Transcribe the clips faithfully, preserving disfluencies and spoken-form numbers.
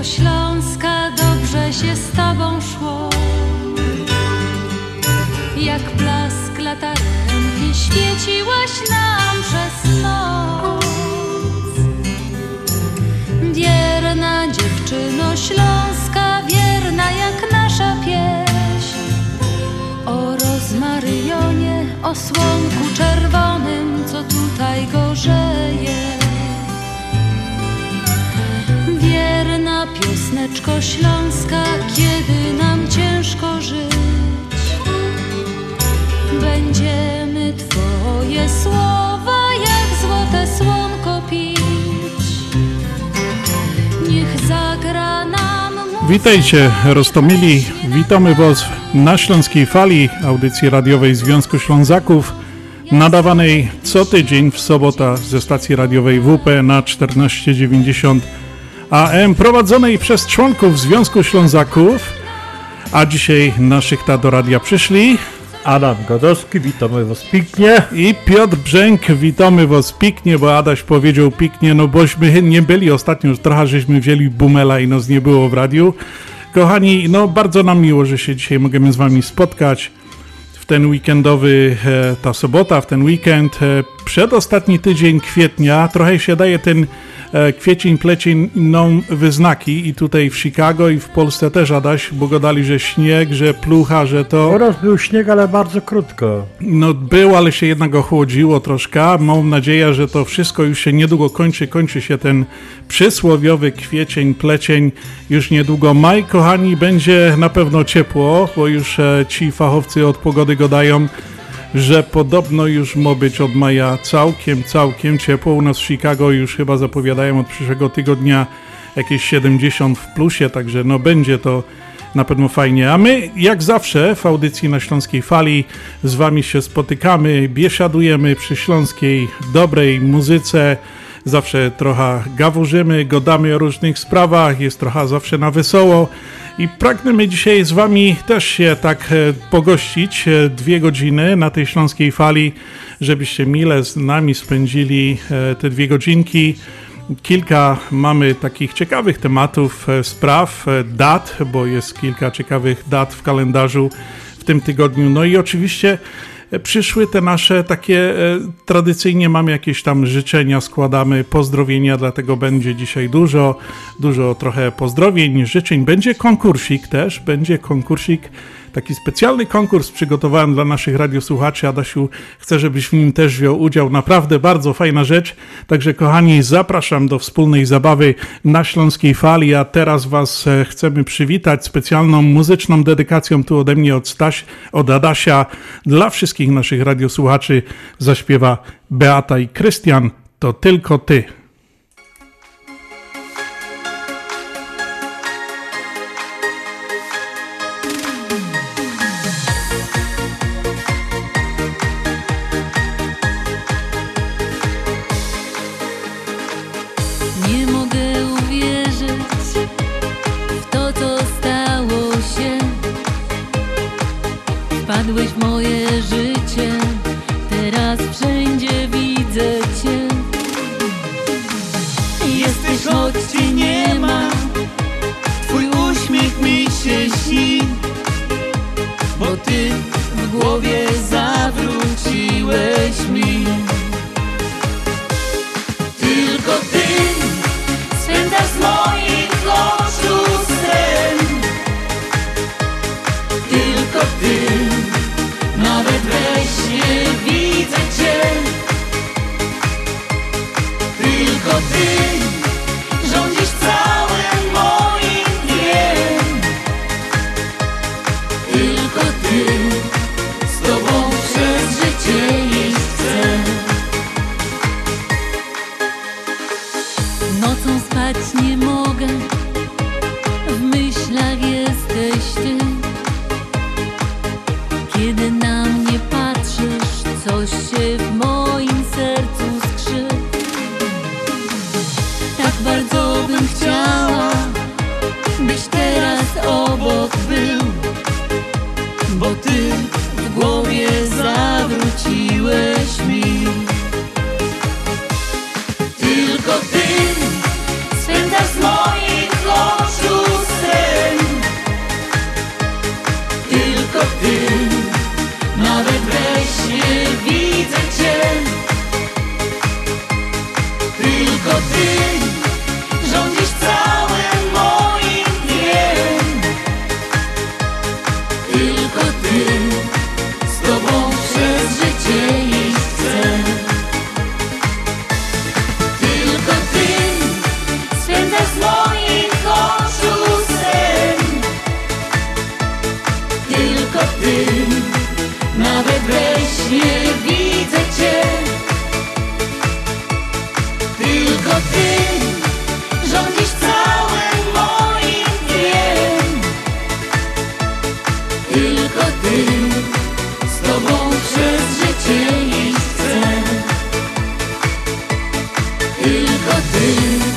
Śląska dobrze się z tobą szło. Jak blask latarenki świeciłaś nam przez noc. Wierna dziewczyno Śląska, wierna jak nasza pieśń. O rozmaryjonie, o słonku czerwonym, co tutaj gorzeje. Wierna piosneczko Śląska, kiedy nam ciężko żyć, będziemy twoje słowa jak złote słonko pić. Niech zagra nam muzyka. Witajcie, Roztomili. Witamy Was na Śląskiej Fali, audycji radiowej Związku Ślązaków, nadawanej co tydzień w sobotę ze stacji radiowej W P na czternaście dziewięćdziesiąt A M, prowadzonej przez członków Związku Ślązaków. A dzisiaj naszych ta do radia przyszli Adam Godowski, witamy Was pięknie. I Piotr Brzęk, witamy Was pięknie, bo Adaś powiedział pięknie, no bośmy nie byli ostatnio, już trochę żeśmy wzięli bumela i nas nie było w radiu. Kochani, no bardzo nam miło, że się dzisiaj możemy z Wami spotkać w ten weekendowy, ta sobota, w ten weekend, przedostatni tydzień kwietnia. Trochę się daje ten kwiecień, plecień inną wyznaki i tutaj w Chicago i w Polsce też, Adaś, bo gadali, że śnieg, że plucha, że to... Teraz był śnieg, ale bardzo krótko. No był, ale się jednak ochłodziło troszkę. Mam nadzieję, że to wszystko już się niedługo kończy. Kończy się ten przysłowiowy kwiecień, plecień. Już niedługo maj, kochani, będzie na pewno ciepło, bo już ci fachowcy od pogody gadają, że podobno już ma być od maja całkiem, całkiem ciepło. U nas w Chicago już chyba zapowiadają od przyszłego tygodnia jakieś siedemdziesiąt w plusie, także no będzie to na pewno fajnie. A my, jak zawsze, w audycji na Śląskiej Fali z Wami się spotykamy, biesiadujemy przy śląskiej dobrej muzyce, zawsze trochę gawurzymy, gadamy o różnych sprawach, jest trochę zawsze na wesoło. I pragnemy dzisiaj z Wami też się tak pogościć dwie godziny na tej Śląskiej Fali, żebyście mile z nami spędzili te dwie godzinki. Kilka mamy takich ciekawych tematów, spraw, dat, bo jest kilka ciekawych dat w kalendarzu w tym tygodniu. No i oczywiście przyszły te nasze takie, e, tradycyjnie mamy jakieś tam życzenia, składamy pozdrowienia, dlatego będzie dzisiaj dużo, dużo trochę pozdrowień, życzeń. Będzie konkursik też, będzie konkursik, taki specjalny konkurs przygotowałem dla naszych radiosłuchaczy. Adasiu, chcę, żebyś w nim też wziął udział. Naprawdę bardzo fajna rzecz. Także kochani, zapraszam do wspólnej zabawy na Śląskiej Fali, a teraz Was chcemy przywitać specjalną muzyczną dedykacją tu ode mnie, od, Staś, od Adasia. Dla wszystkich naszych radiosłuchaczy zaśpiewa Beata i Krystian. To tylko Ty. Wpadłeś w moje życie, teraz wszędzie widzę Cię. Jesteś, choć Cię nie ma, Twój uśmiech mi się śni, bo Ty w głowie zawróciłeś mi. Tylko Ty spędzasz z moich oczu sen. Tylko Ty, nawet we śnie widzę Cię. Tylko Ty rządzisz całym moim dniem. Tylko Ty, z Tobą przez życie iść chcę. Nocą spać nie mogę, w myślach jesteś Ty. Kiedy na mnie patrzysz, coś się w moim sercu skrzy. Tak bardzo bym chciała, byś teraz obok był, bo Ty w głowie zawróciłeś mi. Tylko Ty spędzasz z moich oczu tylko ty,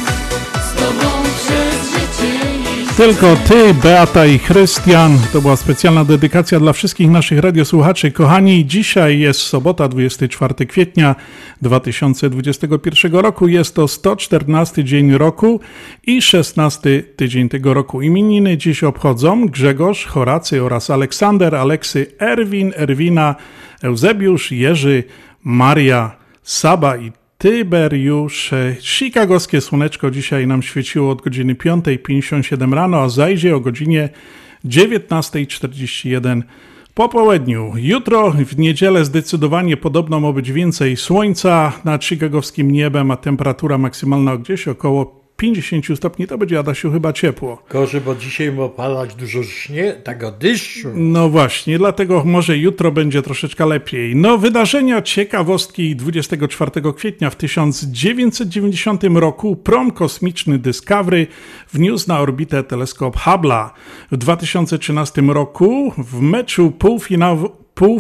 z tobą przez życie iść. Tylko ty, Beata i Chrystian. To była specjalna dedykacja dla wszystkich naszych radiosłuchaczy. Kochani, dzisiaj jest sobota, dwudziestego czwartego kwietnia dwa tysiące dwudziestego pierwszego roku. Jest to sto czternasty dzień roku i szesnasty tydzień tego roku. Imieniny dziś obchodzą Grzegorz, Horacy oraz Aleksander, Aleksy, Erwin, Erwina, Eusebiusz, Jerzy, Maria, Saba i Tyberiusz. Chicagowskie słoneczko dzisiaj nam świeciło od godziny piąta pięćdziesiąt siedem rano, a zajdzie o godzinie dziewiętnasta czterdzieści jeden po południu. Jutro w niedzielę zdecydowanie podobno ma być więcej słońca nad chicagowskim niebem, a temperatura maksymalna gdzieś około pięćdziesiąt stopni. To będzie, Adasiu, chyba ciepło. Gorzej, bo dzisiaj ma padać dużo śnie, tego deszczu. No właśnie, dlatego może jutro będzie troszeczkę lepiej. No, wydarzenia, ciekawostki. dwudziestego czwartego kwietnia w tysiąc dziewięćset dziewięćdziesiątym roku prom kosmiczny Discovery wniósł na orbitę teleskop Hubble'a. W dwa tysiące trzynastym roku w meczu półfinaw-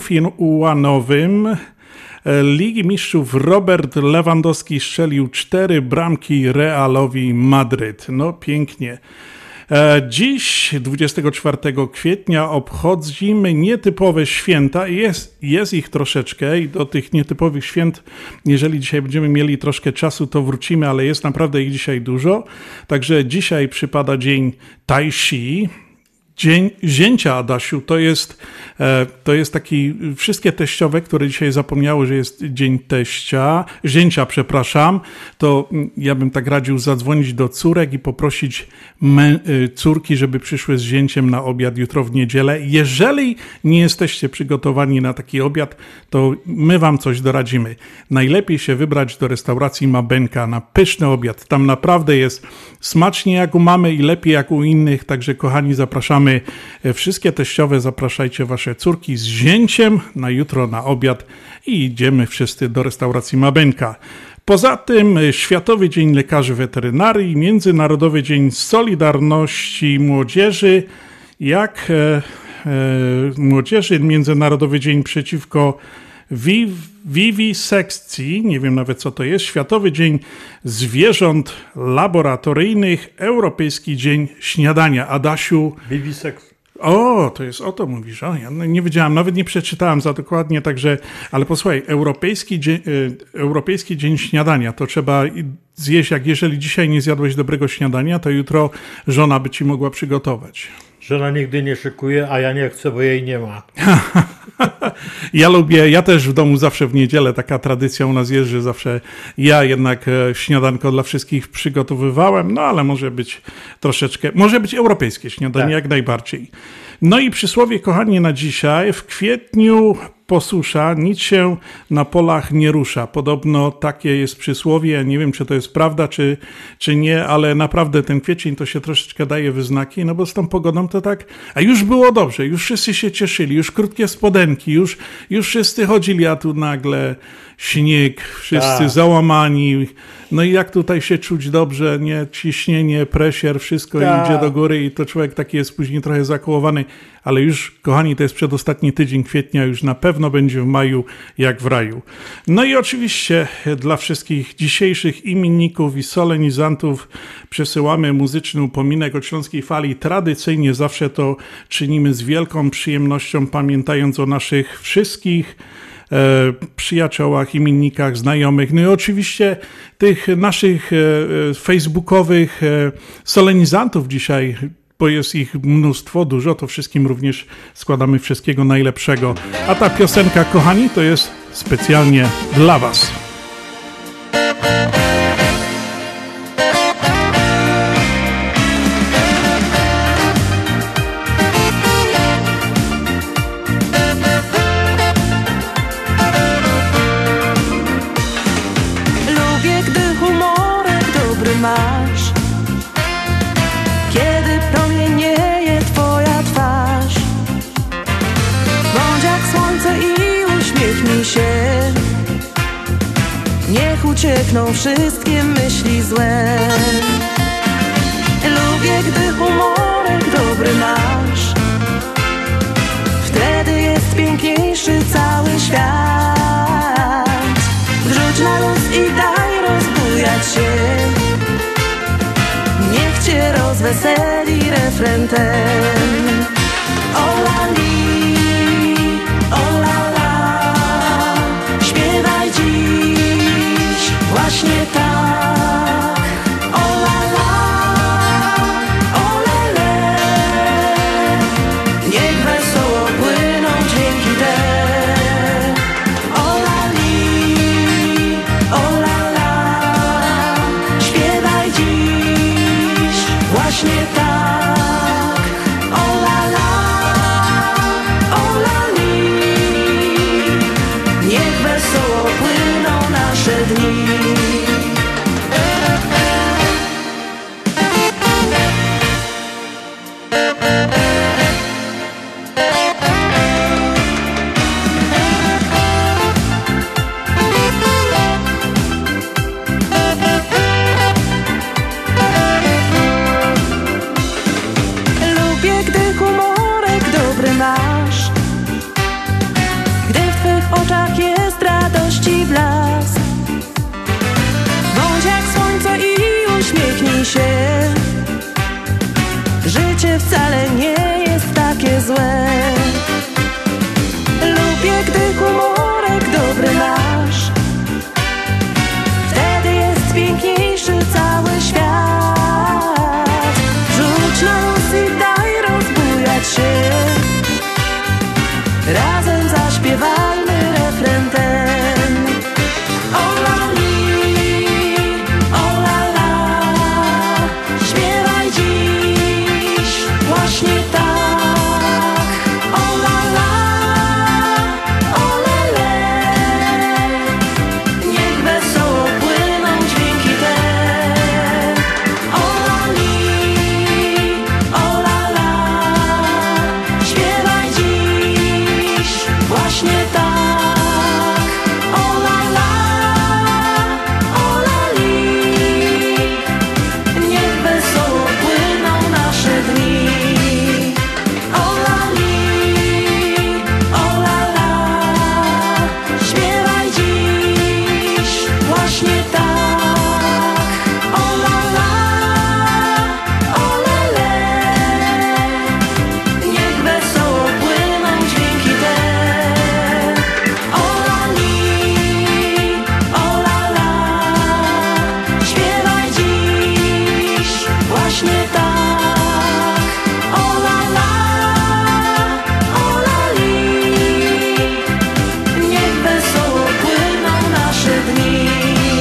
półfinałowym Ligi Mistrzów Robert Lewandowski strzelił cztery bramki Realowi Madryt. No pięknie. Dziś, dwudziestego czwartego kwietnia, obchodzimy nietypowe święta. Jest, jest ich troszeczkę i do tych nietypowych święt, jeżeli dzisiaj będziemy mieli troszkę czasu, to wrócimy, ale jest naprawdę ich dzisiaj dużo. Także dzisiaj przypada dzień Tai Chi. Dzień zięcia, Adasiu, to jest, to jest taki, wszystkie teściowe, które dzisiaj zapomniały, że jest dzień teścia, zięcia, przepraszam, to ja bym tak radził zadzwonić do córek i poprosić mę, córki, żeby przyszły z zięciem na obiad jutro w niedzielę. Jeżeli nie jesteście przygotowani na taki obiad, to my wam coś doradzimy. Najlepiej się wybrać do restauracji Mabenka na pyszny obiad. Tam naprawdę jest smacznie jak u mamy i lepiej jak u innych, także kochani, zapraszamy wszystkie teściowe, zapraszajcie wasze córki z zięciem na jutro na obiad i idziemy wszyscy do restauracji Mabenka. Poza tym Światowy Dzień Lekarzy Weterynarii, Międzynarodowy Dzień Solidarności Młodzieży, jak e, e, młodzieży, Międzynarodowy Dzień przeciwko Viv, wiwisekcji, nie wiem nawet co to jest, Światowy Dzień Zwierząt Laboratoryjnych, Europejski Dzień Śniadania. Adasiu... Wiwiseks. O, to jest o to mówisz. O, ja nie wiedziałem, nawet nie przeczytałem za dokładnie, także, ale posłuchaj, Europejski Dzień, Europejski Dzień Śniadania, to trzeba zjeść, jak jeżeli dzisiaj nie zjadłeś dobrego śniadania, to jutro żona by ci mogła przygotować. Żona nigdy nie szykuje, a ja nie chcę, bo jej nie ma. Ja lubię, ja też w domu zawsze w niedzielę, taka tradycja u nas jest, że zawsze ja jednak śniadanko dla wszystkich przygotowywałem, no ale może być troszeczkę, może być europejskie śniadanie, tak, jak najbardziej. No i przysłowie, kochani, na dzisiaj, w kwietniu posusza, nic się na polach nie rusza. Podobno takie jest przysłowie, ja nie wiem, czy to jest prawda, czy, czy nie, ale naprawdę ten kwiecień to się troszeczkę daje wyznaki, no bo z tą pogodą to tak, a już było dobrze, już wszyscy się cieszyli, już krótkie spodenki, już, już wszyscy chodzili, a tu nagle śnieg, wszyscy tak. załamani, no i jak tutaj się czuć dobrze, nie, ciśnienie, presier, wszystko tak. idzie do góry i to człowiek taki jest później trochę zakołowany, ale już, kochani, to jest przedostatni tydzień kwietnia, już na pewno będzie w maju jak w raju. No i oczywiście dla wszystkich dzisiejszych imienników i solenizantów przesyłamy muzyczny upominek o Śląskiej Fali. Tradycyjnie zawsze to czynimy z wielką przyjemnością, pamiętając o naszych wszystkich E, przyjaciołach, imiennikach, znajomych, no i oczywiście tych naszych e, facebookowych e, solenizantów dzisiaj, bo jest ich mnóstwo, dużo, to wszystkim również składamy wszystkiego najlepszego. A ta piosenka, kochani, to jest specjalnie dla was. Masz, kiedy promienieje twoja twarz. Bądź jak słońce i uśmiechnij się. Niech uciekną wszystkie myśli złe. Lubię, gdy humorek dobry masz. Wtedy jest piękniejszy cały świat. Wrzuć na luz i daj rozbujać się. rozweseli refren ten. Ola li, ola la, śpiewaj dziś właśnie tak. Ola la, ole le, niech wesoło płyną dźwięki te. Ola li, ola la, śpiewaj dziś właśnie tak. Ola la, ola li, niech wesoło płyną nasze dni. Lubię, gdy humorek dobry masz, gdy w twych oczach jest radości blask. Bądź jak słońce i uśmiechnij się, życie wcale nie jest takie złe. Lubię, gdy humorek dobry masz, wtedy jest piękniejszy cały świat. Rzuć na luz i daj rozbujać się, razem zaśpiewajmy refren ten. Ola li, ola la, śpiewaj dziś właśnie tak. Ola la, ole le, niech wesoło płyną dźwięki te. Ola li, ola la, śpiewaj dziś właśnie tak. Ola la, ola li, niech wesoło płyną nasze dni. Ola li, ola la, śpiewaj dziś właśnie tak. Ola la, ole le, niech wesoło płyną dźwięki te. Ola li, ola la, śpiewaj dziś właśnie tak. Ola la, ola li, niech wesoło płyną nasze dni.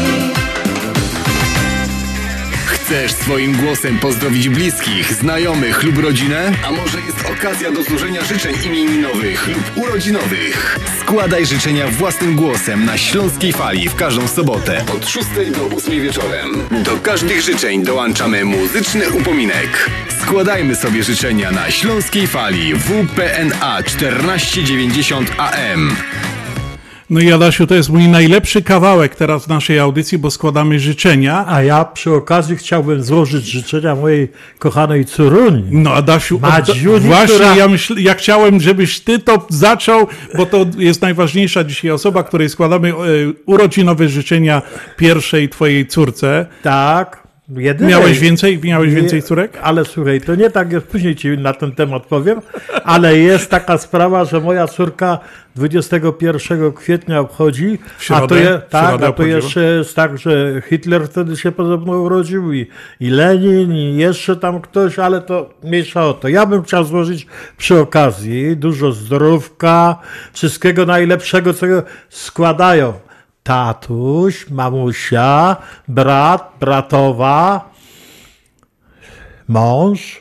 Chcesz swoim głosem pozdrowić bliskich, znajomych lub rodzinę? A może jest okazja do złożenia życzeń imieninowych lub urodzinowych? Składaj życzenia własnym głosem na Śląskiej Fali w każdą sobotę od szóstej do ósmej wieczorem. Do każdych życzeń dołączamy muzyczny upominek. Składajmy sobie życzenia na Śląskiej Fali W P N A czternaście dziewięćdziesiąt A M. No i Adasiu, to jest mój najlepszy kawałek teraz w naszej audycji, bo składamy życzenia. A ja przy okazji chciałbym złożyć życzenia mojej kochanej córuni. No Adasiu, Madziuni, odda- właśnie która- ja, myśl, ja chciałem, żebyś ty to zaczął, bo to jest najważniejsza dzisiaj osoba, której składamy e, urodzinowe życzenia pierwszej twojej córce. Tak. Jedynej. Miałeś więcej, miałeś Nie, więcej córek? Ale słuchaj, to nie tak jest, później ci na ten temat powiem, ale jest taka sprawa, że moja córka dwudziestego pierwszego kwietnia obchodzi, W środę? a to, je, W tak, środę a to obchodziła? jeszcze jest tak, że Hitler wtedy się podobno urodził i, i Lenin i jeszcze tam ktoś, ale to mniejsza o to. Ja bym chciał złożyć przy okazji dużo zdrówka, wszystkiego najlepszego, co składają tatuś, mamusia, brat, bratowa, mąż,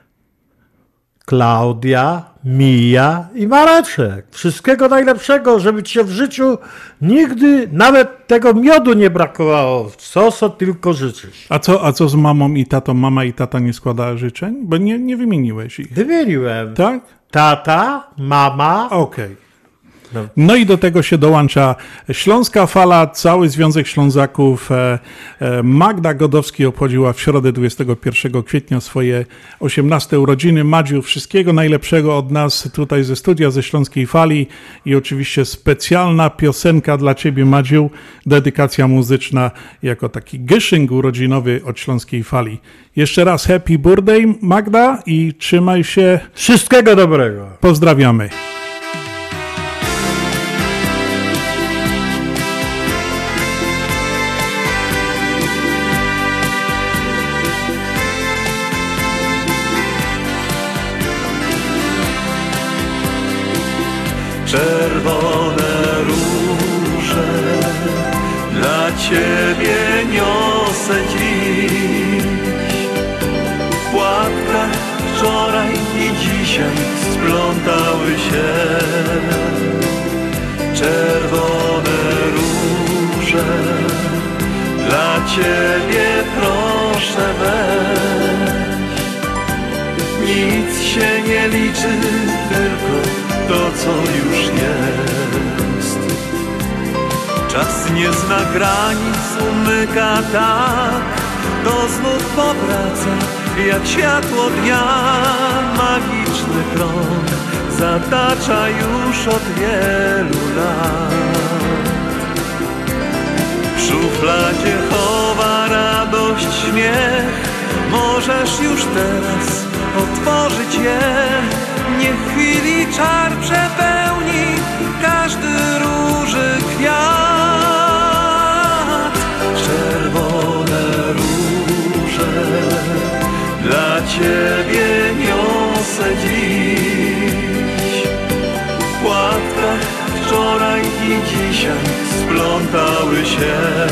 Klaudia, Mija i Mareczek. Wszystkiego najlepszego, żeby ci się w życiu nigdy nawet tego miodu nie brakowało. Co so tylko życzysz. A co, a co z mamą i tatą? Mama i tata nie składała życzeń? Bo nie, nie wymieniłeś ich. Wymieniłem. Tak? Tata, mama, Okej. No i do tego się dołącza Śląska Fala, cały Związek Ślązaków. Magda Godowski obchodziła w środę dwudziestego pierwszego kwietnia swoje osiemnaste urodziny. Madziu, wszystkiego najlepszego od nas tutaj ze studia, ze Śląskiej Fali i oczywiście specjalna piosenka dla ciebie, Madziu, dedykacja muzyczna jako taki gyszynk urodzinowy od Śląskiej Fali. Jeszcze raz happy birthday, Magda, i trzymaj się. Wszystkiego dobrego. Pozdrawiamy. Czerwone róże dla ciebie niosę dziś. W płatkach wczoraj i dzisiaj splątały się. Czerwone róże dla ciebie proszę weź. Nic się nie liczy, tylko to, co już jest. Czas nie zna granic, umyka tak, to znów powraca jak światło dnia. Magiczny krąg zatacza już od wielu lat. W szufladzie chowa radość, śmiech. Możesz już teraz otworzyć je. Niech chwili czar przepełni każdy róży kwiat. Czerwone róże dla ciebie niosę dziś. W płatkach wczoraj i dzisiaj splątały się.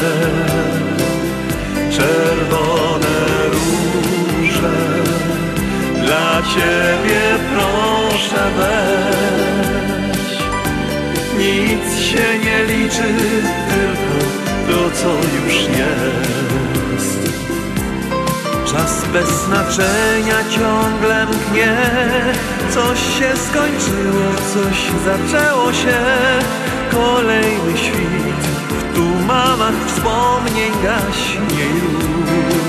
Czerwone róże dla ciebie proszę weź. Nic się nie liczy, tylko to, co już jest. Czas bez znaczenia ciągle mknie. Coś się skończyło, coś zaczęło się. Kolejny świt w tumanach wspomnień gaśnie już.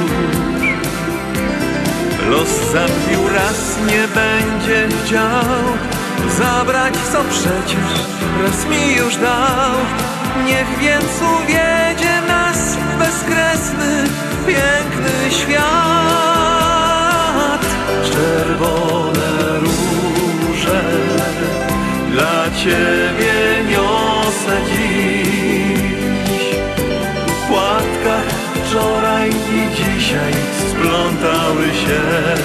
Los zabił raz, nie będzie chciał zabrać, co przecież raz mi już dał. Niech więc uwiedzie nas w bezkresny, piękny świat. Czerwone róże dla ciebie niosę dziś. W płatkach wczoraj i dzisiaj splątały się.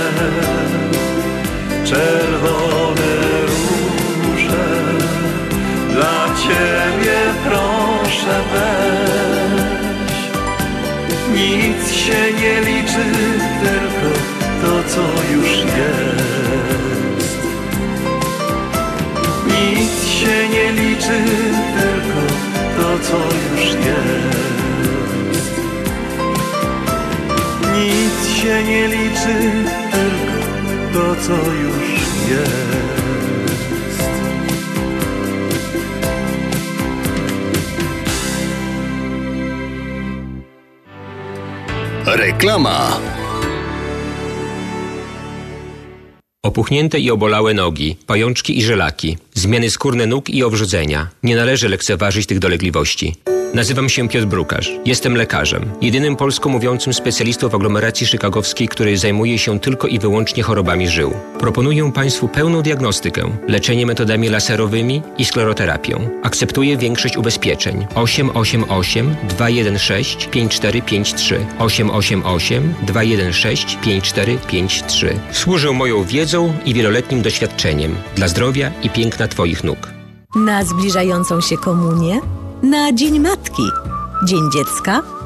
Czerwone róże dla ciebie proszę weź. Nic się nie liczy, tylko to, co już jest. Nic się nie liczy, tylko to, co już jest. Nic się nie liczy, tylko to, co już jest. Reklama. Opuchnięte i obolałe nogi, pajączki i żelaki, zmiany skórne nóg i owrzodzenia. Nie należy lekceważyć tych dolegliwości. Nazywam się Piotr Brukarz. Jestem lekarzem. Jedynym polsko mówiącym specjalistą w aglomeracji chicagowskiej, który zajmuje się tylko i wyłącznie chorobami żył. Proponuję Państwu pełną diagnostykę, leczenie metodami laserowymi i skleroterapią. Akceptuję większość ubezpieczeń. osiem osiem osiem dwa jeden sześć pięć cztery pięć trzy osiem osiem osiem dwa jeden sześć pięć cztery pięć trzy. Służę moją wiedzą i wieloletnim doświadczeniem dla zdrowia i piękna Twoich nóg. Na zbliżającą się komunię, na Dzień Matki, Dzień Dziecka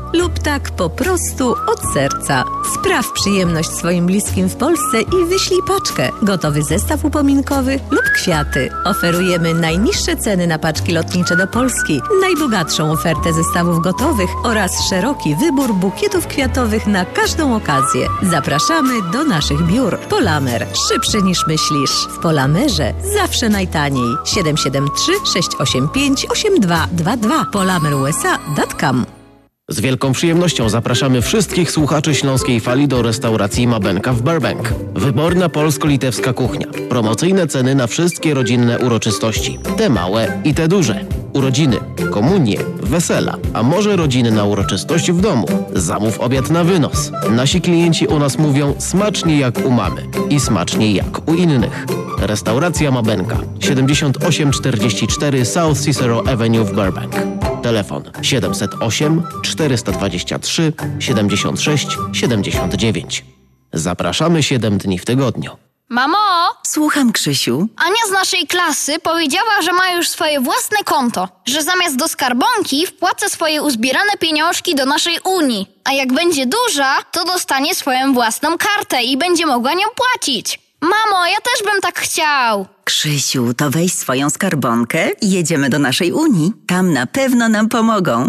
lub tak po prostu od serca. Spraw przyjemność swoim bliskim w Polsce i wyślij paczkę, gotowy zestaw upominkowy lub kwiaty. Oferujemy najniższe ceny na paczki lotnicze do Polski, najbogatszą ofertę zestawów gotowych oraz szeroki wybór bukietów kwiatowych na każdą okazję. Zapraszamy do naszych biur. Polamer. Szybszy niż myślisz. W Polamerze zawsze najtaniej. siedem siedem trzy sześć osiem pięć osiem dwa dwa dwa polamer u s a kropka com. Z wielką przyjemnością zapraszamy wszystkich słuchaczy Śląskiej Fali do restauracji Mabenka w Burbank. Wyborna polsko-litewska kuchnia. Promocyjne ceny na wszystkie rodzinne uroczystości. Te małe i te duże. Urodziny, komunie, wesela, a może rodziny na uroczystość w domu. Zamów obiad na wynos. Nasi klienci u nas mówią smacznie jak u mamy i smacznie jak u innych. Restauracja Mabenka, siedemdziesiąt osiem czterdzieści cztery South Cicero Avenue w Burbank. Telefon siedemset osiem czterysta dwadzieścia trzy siedemdziesiąt sześć siedemdziesiąt dziewięć. Zapraszamy siedem dni w tygodniu. Mamo! Słucham, Krzysiu. Ania z naszej klasy powiedziała, że ma już swoje własne konto, że zamiast do skarbonki wpłaca swoje uzbierane pieniążki do naszej Unii, a jak będzie duża, to dostanie swoją własną kartę i będzie mogła nią płacić. Mamo, ja też bym tak chciał. Krzysiu, to weź swoją skarbonkę i jedziemy do naszej Unii. Tam na pewno nam pomogą.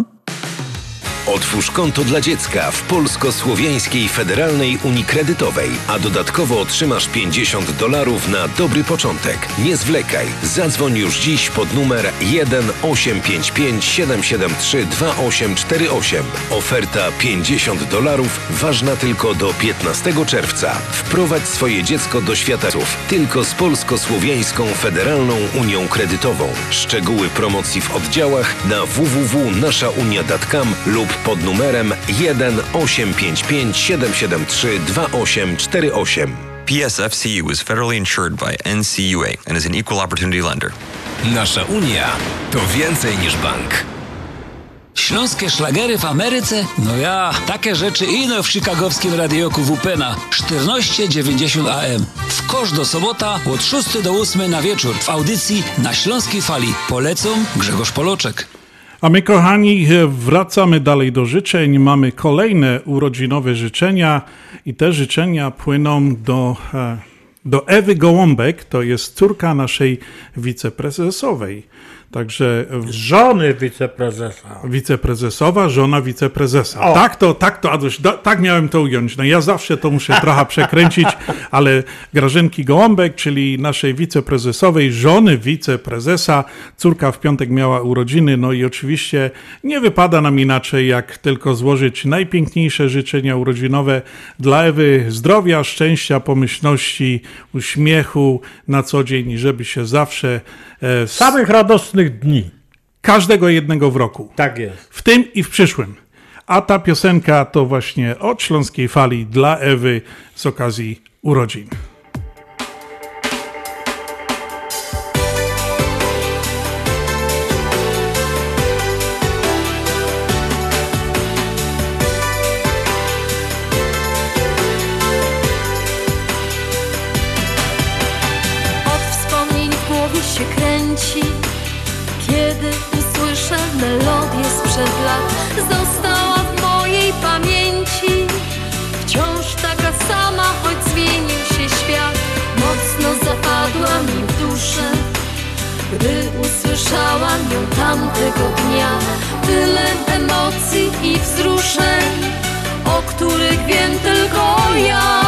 Otwórz konto dla dziecka w Polsko-Słowiańskiej Federalnej Unii Kredytowej, a dodatkowo otrzymasz pięćdziesiąt dolarów na dobry początek. Nie zwlekaj, zadzwoń już dziś pod numer jeden osiem pięć pięć siedem siedem trzy dwa osiem cztery osiem. Oferta pięćdziesiąt dolarów ważna tylko do piętnastego czerwca. Wprowadź swoje dziecko do świata tylko z Polsko-Słowiańską Federalną Unią Kredytową. Szczegóły promocji w oddziałach na w w w kropka nasza unia kropka com lub pod numerem jeden osiem pięć pięć siedem siedem trzy dwa osiem cztery osiem. P S F C U is federally insured by N C U A and is an equal opportunity lender. Nasza Unia to więcej niż bank. Śląskie szlagery w Ameryce? No ja, takie rzeczy ino w chicagowskim radioku W P na czternaście dziewięćdziesiąt A M. W kosz do sobota od szóstej do ósmej na wieczór w audycji na Śląskiej Fali. Polecą Grzegorz Poloczek. A my, kochani, wracamy dalej do życzeń. Mamy kolejne urodzinowe życzenia i te życzenia płyną do, do Ewy Gołąbek, to jest córka naszej wiceprezesowej. Także żony wiceprezesa. Wiceprezesowa, żona wiceprezesa. O. Tak to, tak to, Aduś, da, tak miałem to ująć. No ja zawsze to muszę trochę przekręcić, ale Grażynki Gołąbek, czyli naszej wiceprezesowej, żony wiceprezesa, córka w piątek miała urodziny, no i oczywiście nie wypada nam inaczej, jak tylko złożyć najpiękniejsze życzenia urodzinowe dla Ewy, zdrowia, szczęścia, pomyślności, uśmiechu na co dzień, żeby się zawsze e, samych radosnych dni. Każdego jednego w roku. Tak jest. W tym i w przyszłym. A ta piosenka to właśnie od Śląskiej Fali dla Ewy z okazji urodzin. Od wspomnień w głowie się kręci, kiedy usłyszę melodię sprzed lat. Została w mojej pamięci, wciąż taka sama, choć zmienił się świat. Mocno zapadła mi w duszę, gdy usłyszałam ją tamtego dnia. Tyle emocji i wzruszeń, o których wiem tylko ja.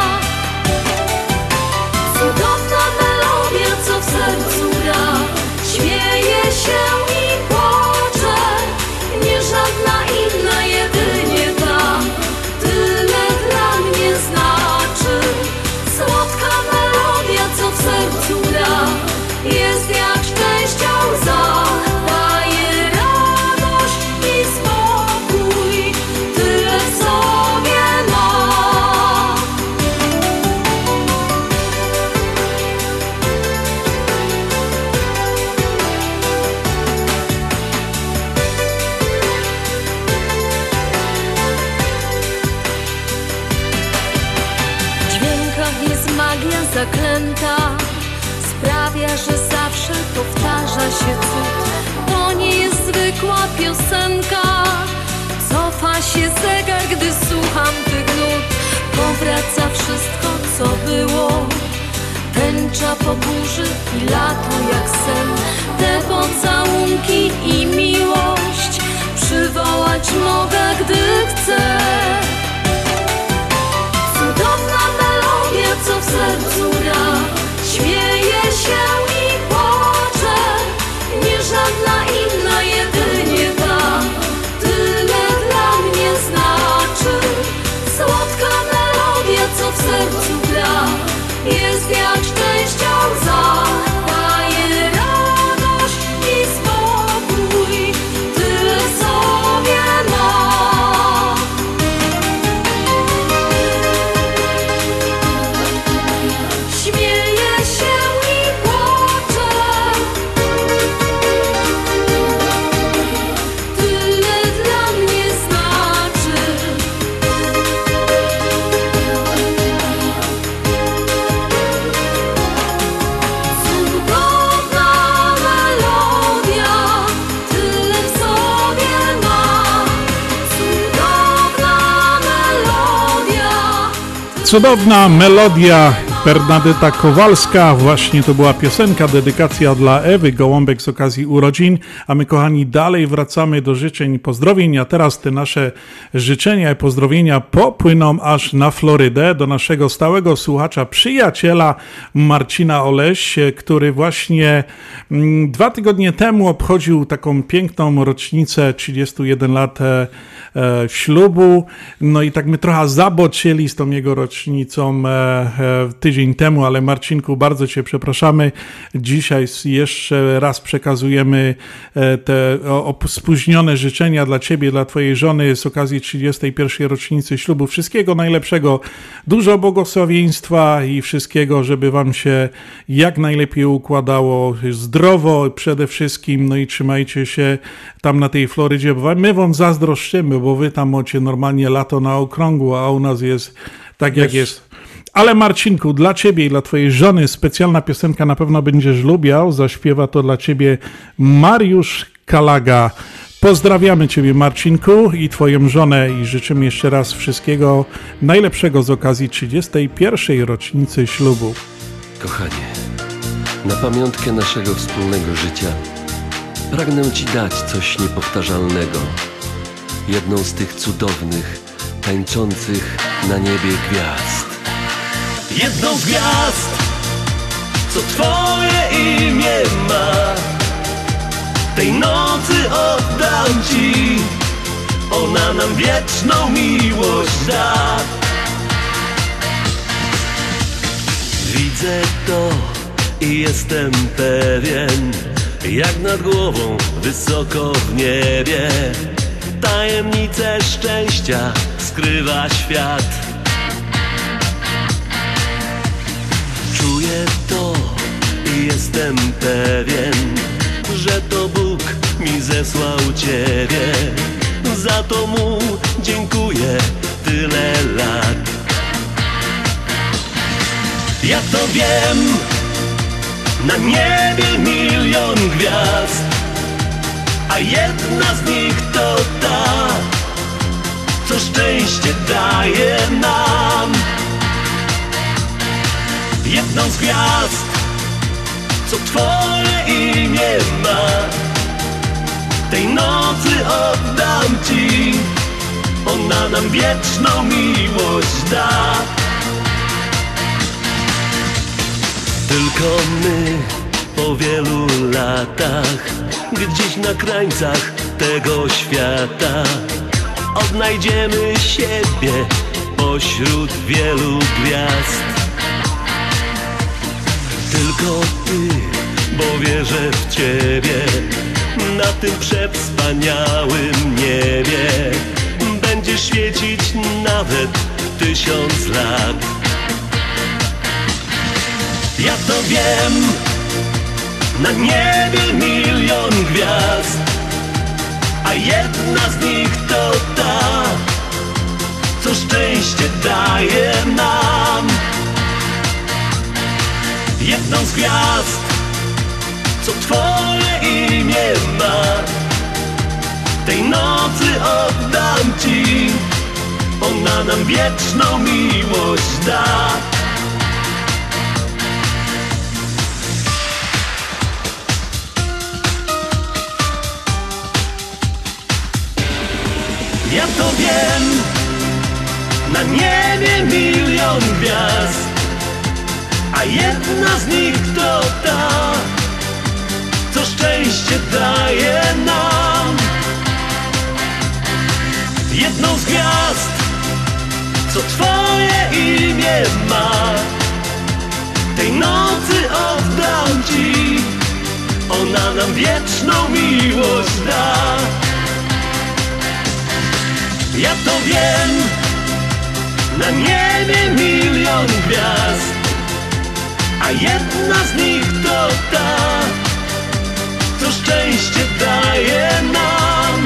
Cudowna melodia, co w sercu gra, śmieje się i płacze. Nie żadna inna, jedynie ta, tyle dla mnie znaczy. Słodka melodia, co w sercu gra, jest jak szczęścia łza. Daje radość i spokój, tyle w sobie ma. W dźwiękach jest magia zaklęta, sprawia, że zawsze powtarza się cud. To nie jest zwykła piosenka, Cofa się zegar, gdy słucham tych nut. Powraca wszystko, co było. Tęcza po burzy i lato jak sen. Te pocałunki i miłość przywołać mogę, gdy chcę. Cudowna melodia, co w sercu gra, śmieje się i płacze. Nie żadna inna, jedynie ta, tyle dla mnie znaczy. Słodka melodia, co w sercu gra, jest jak szczęścia łza. Daje radość i spokój, tyle sobie ma. Śmieje się i płacze, tyle dla mnie znaczy. Cudowna melodia, tyle w sobie ma. Cudowna melodia. Cudowna melodia, Bernadeta Kowalska. Właśnie to była piosenka, dedykacja dla Ewy Gołąbek z okazji urodzin. A my, kochani, dalej wracamy do życzeń i pozdrowień. A teraz te nasze życzenia i pozdrowienia popłyną aż na Florydę do naszego stałego słuchacza, przyjaciela Marcina Oleś, który właśnie mm, dwa tygodnie temu obchodził taką piękną rocznicę, trzydzieści jeden lat e, e, ślubu. No i tak my trochę zaboczyli z tą jego rocznicą e, e, tydzień temu, ale Marcinku, bardzo Cię przepraszamy. Dzisiaj jeszcze raz przekazujemy e, te o, o, spóźnione życzenia dla Ciebie, dla Twojej żony z okazji trzydziestej pierwszej rocznicy ślubu. Wszystkiego najlepszego, dużo błogosławieństwa i wszystkiego, żeby Wam się jak najlepiej układało, zdrowo przede wszystkim, no i trzymajcie się tam na tej Florydzie, bo my Wam zazdroszczymy, bo Wy tam macie normalnie lato na okrągło, a u nas jest tak jak jest. Ale Marcinku, dla Ciebie i dla Twojej żony specjalna piosenka na pewno będziesz lubiał. Zaśpiewa to dla Ciebie Mariusz Kalaga. Pozdrawiamy Ciebie, Marcinku, i Twoją żonę i życzymy jeszcze raz wszystkiego najlepszego z okazji trzydziestej pierwszej rocznicy ślubu. Kochanie, na pamiątkę naszego wspólnego życia pragnę Ci dać coś niepowtarzalnego. Jedną z tych cudownych, tańczących na niebie gwiazd. Jedną z gwiazd, co Twoje imię ma. Tej nocy oddam Ci, ona nam wieczną miłość da. Widzę to i jestem pewien, jak nad głową wysoko w niebie tajemnicę szczęścia skrywa świat. Czuję to i jestem pewien, że to Bóg mi zesłał Ciebie. Za to Mu dziękuję tyle lat. Ja to wiem, na niebie milion gwiazd, a jedna z nich to ta, co szczęście daje nam. Jedną z gwiazd, co Twoje imię ma. Tej nocy oddam Ci, ona nam wieczną miłość da. Tylko my po wielu latach, gdzieś na krańcach tego świata, odnajdziemy siebie pośród wielu gwiazd. Tylko Ty, bo wierzę w Ciebie, na tym przewspaniałym niebie będziesz świecić nawet tysiąc lat. Ja to wiem, na niebie milion gwiazd, a jedna z nich to ta, co szczęście daje nam. Jedną z gwiazd, co Twoje imię ma. tej nocy oddam ci, ona nam wieczną miłość da. Ja to wiem, na niebie milion gwiazd, a jedna z nich to ta, co szczęście daje nam. Jedną z gwiazd, co twoje imię ma, tej nocy oddam ci, ona nam wieczną miłość da. Ja to wiem, na niebie milion gwiazd, a jedna z nich to ta, co szczęście daje nam.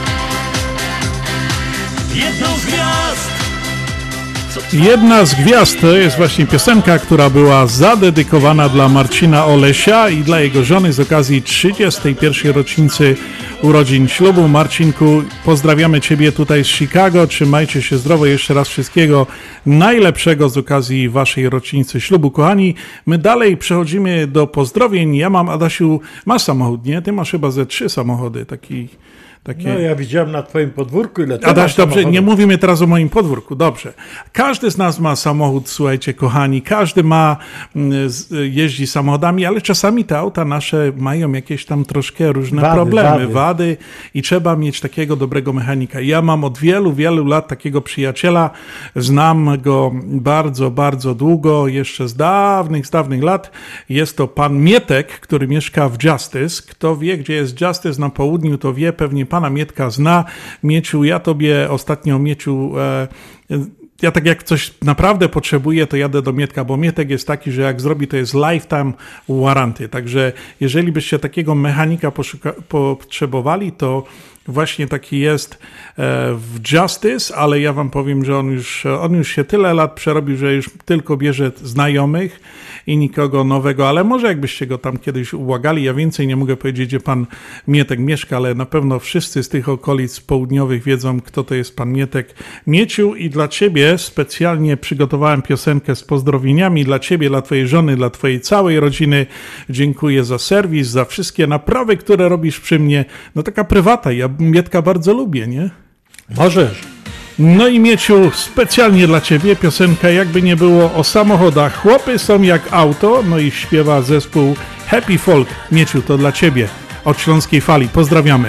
Jedną z gwiazd. Jedna z gwiazd to jest właśnie piosenka, która była zadedykowana dla Marcina Olesia i dla jego żony z okazji trzydziestej pierwszej rocznicy urodzin ślubu. Marcinku, pozdrawiamy Ciebie tutaj z Chicago, trzymajcie się zdrowo, jeszcze raz wszystkiego najlepszego z okazji Waszej rocznicy ślubu. Kochani, my dalej przechodzimy do pozdrowień. Ja mam, Adasiu, masz samochód, nie? Ty masz chyba ze trzy samochody, taki... Takie... No ja widziałem na twoim podwórku, ile ty Adaś, masz dobrze, samochodów. nie mówimy teraz o moim podwórku, dobrze. Każdy z nas ma samochód, słuchajcie, kochani, każdy ma, jeździ samochodami, ale czasami te auta nasze mają jakieś tam troszkę różne Wady, problemy, wady. wady i trzeba mieć takiego dobrego mechanika. Ja mam od wielu, wielu lat takiego przyjaciela, znam go bardzo, bardzo długo, jeszcze z dawnych, z dawnych lat. Jest to pan Mietek, który mieszka w Justice. Kto wie, gdzie jest Justice na południu, to wie, pewnie pana Mietka zna. Mieciu, ja tobie ostatnio, Mieciu, e, ja tak jak coś naprawdę potrzebuję, to jadę do Mietka, bo Mietek jest taki, że jak zrobi, to jest lifetime warranty. Także jeżeli byście takiego mechanika poszuka- potrzebowali, to właśnie taki jest w Justice, ale ja wam powiem, że on już, on już się tyle lat przerobił, że już tylko bierze znajomych i nikogo nowego, ale może jakbyście go tam kiedyś ubłagali, ja więcej nie mogę powiedzieć, gdzie pan Mietek mieszka, ale na pewno wszyscy z tych okolic południowych wiedzą, kto to jest pan Mietek. Mieciu, i dla ciebie specjalnie przygotowałem piosenkę z pozdrowieniami, dla ciebie, dla twojej żony, dla twojej całej rodziny. Dziękuję za serwis, za wszystkie naprawy, które robisz przy mnie. No taka prywata, ja Mietka bardzo lubię, nie? Możesz. No i Mieciu, specjalnie dla ciebie piosenka, jakby nie było, o samochodach. Chłopy są jak auto, no i śpiewa zespół Happy Folk. Mieciu, to dla ciebie od Śląskiej Fali. Pozdrawiamy.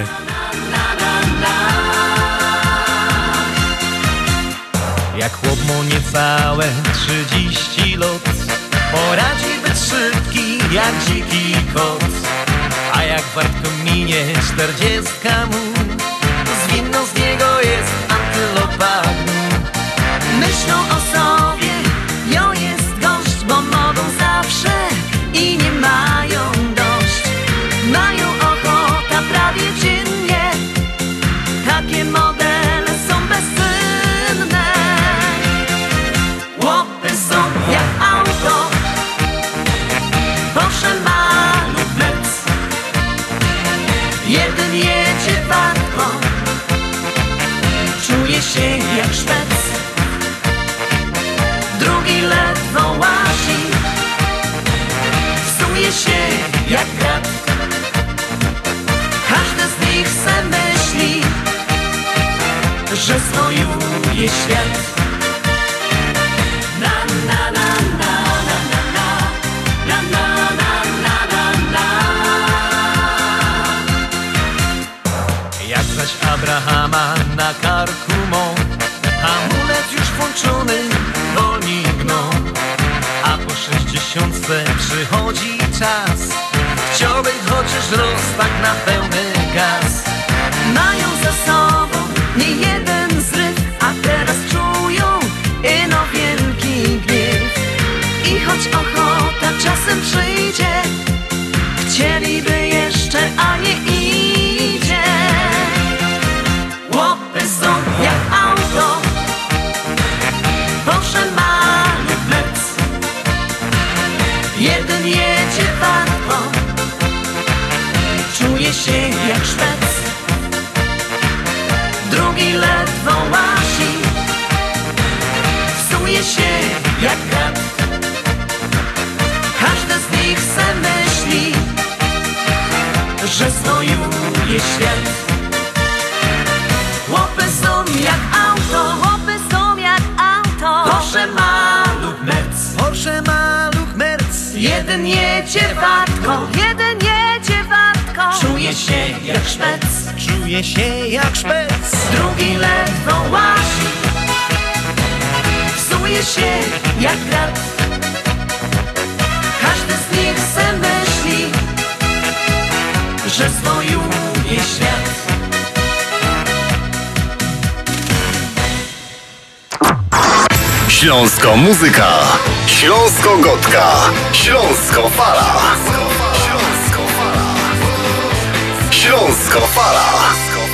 Jak chłop mu niecałe trzydzieści lat, poradzi być szybki jak dziki kot. A jak wartko minie czterdziestka mu, zwinną z niego jest antylopa. Myślą o sobie, jo jest gość, bo mogą zawsze i nie mają dość. Mają ochotę prawie dziennie, takie modele są bezcenne. Łopy są jak auto, poszedł malu plec. Jeden jedzie wartko, czuje się jak Szwec. Drugi ledwo łazi, psuje się jak brat. Każdy z nich se myśli, że zwojuje świat. Na na na na na na na na na na na na. Jak zaś Abrahama na karku mą, hamulec już włączony, wolni gną. A po sześćdziesiątce przychodzi czas, chciałby chociaż roztak na pełny gaz. Mają za sobą nie jeden zryw, a teraz czują ino wielki gniew. I choć ochota czasem przyjdzie, chcieliby jeszcze, a nie idzie. Łopy są jak auto, poszedł malu plec. Jeden jedzie wartko, czuje się jak Szwec. Czuje się jak brat. Każdy z nich se myśli, że zwojuje świat. Chłopy są jak auto, chłopy są jak auto. Porsche maluch Merc, Porsche maluch Merc. Jeden jedzie wartko, jeden jedzie wartko. Czuje się jak szpec, czuje się jak szpec. Drugi ledwo łazi, psuje się jak brat. Każdy z nich se myśli, że zwojuje świat. Śląsko muzyka, Śląsko gotka, Śląsko fala. Śląsko fala. Śląsko fala.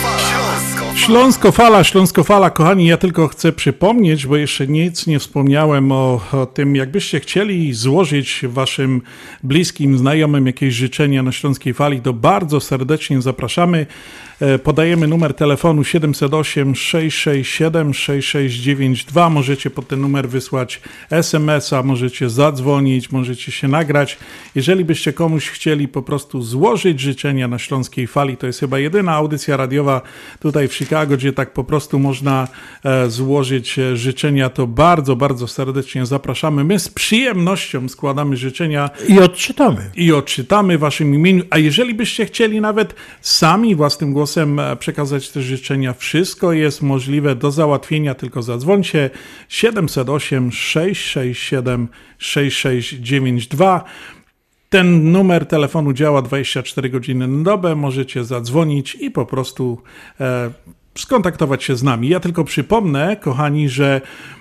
Śląsko fala, Śląsko fala, kochani, ja tylko chcę przypomnieć, bo jeszcze nic nie wspomniałem o, o tym, jakbyście chcieli złożyć waszym bliskim, znajomym jakieś życzenia na Śląskiej Fali, to bardzo serdecznie zapraszamy. Podajemy numer telefonu siedem zero osiem, sześć sześć siedem, sześć sześć dziewięć dwa. Możecie pod ten numer wysłać es em es a, możecie zadzwonić, możecie się nagrać. Jeżeli byście komuś chcieli po prostu złożyć życzenia na Śląskiej Fali, to jest chyba jedyna audycja radiowa tutaj w Chicago, gdzie tak po prostu można e, złożyć życzenia, to bardzo, bardzo serdecznie zapraszamy. My z przyjemnością składamy życzenia. I odczytamy. I odczytamy w waszym imieniu. A jeżeli byście chcieli nawet sami własnym głosem przekazać te życzenia, wszystko jest możliwe do załatwienia, tylko zadzwońcie siedem zero osiem, sześć sześć siedem, sześć sześć dziewięć dwa. Ten numer telefonu działa dwadzieścia cztery godziny na dobę, możecie zadzwonić i po prostu e, skontaktować się z nami. Ja tylko przypomnę, kochani, że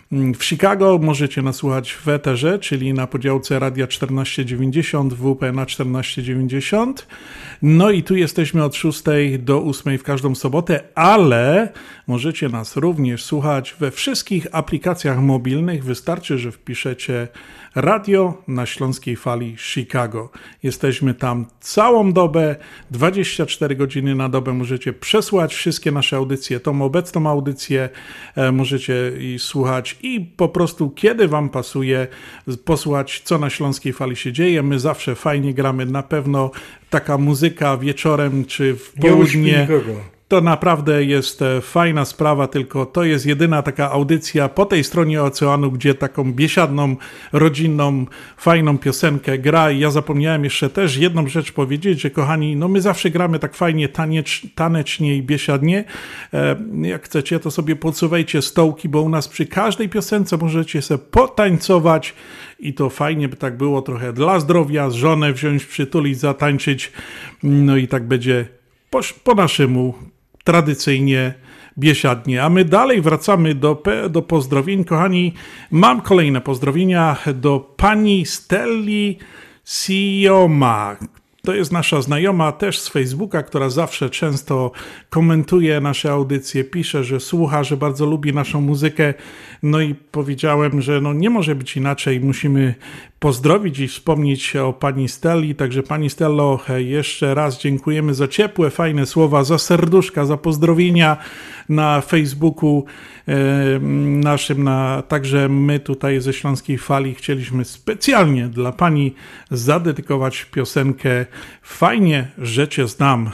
w Chicago możecie nas słuchać w eterze, czyli na podziałce Radia czternaście dziewięćdziesiąt, W P na czternaście dziewięćdziesiąt. No i tu jesteśmy od szóstej do ósmej w każdą sobotę, ale możecie nas również słuchać we wszystkich aplikacjach mobilnych. Wystarczy, że wpiszecie Radio na Śląskiej Fali Chicago. Jesteśmy tam całą dobę, dwadzieścia cztery godziny na dobę. Możecie przesłuchać wszystkie nasze audycje, tą obecną audycję e, możecie i słuchać i po prostu kiedy wam pasuje posłuchać, co na Śląskiej Fali się dzieje. My zawsze fajnie gramy, na pewno taka muzyka wieczorem czy w południe. To naprawdę jest fajna sprawa, tylko to jest jedyna taka audycja po tej stronie oceanu, gdzie taką biesiadną, rodzinną, fajną piosenkę gra. I ja zapomniałem jeszcze też jedną rzecz powiedzieć, że kochani, no my zawsze gramy tak fajnie, taniecz, tanecznie i biesiadnie. E, jak chcecie, to sobie podsuwajcie stołki, bo u nas przy każdej piosence możecie sobie potańcować i to fajnie by tak było trochę dla zdrowia, żonę wziąć, przytulić, zatańczyć, no i tak będzie po, po naszemu tradycyjnie, biesiadnie. A my dalej wracamy do, do pozdrowień. Kochani, mam kolejne pozdrowienia do pani Stelli Sioma. To jest nasza znajoma też z Facebooka, która zawsze często komentuje nasze audycje, pisze, że słucha, że bardzo lubi naszą muzykę. No i powiedziałem, że no nie może być inaczej, musimy pozdrowić i wspomnieć o pani Stelli. Także pani Stello, jeszcze raz dziękujemy za ciepłe, fajne słowa, za serduszka, za pozdrowienia na Facebooku e, naszym. Na, także my tutaj ze Śląskiej Fali chcieliśmy specjalnie dla pani zadedykować piosenkę Fajnie, że cię znam.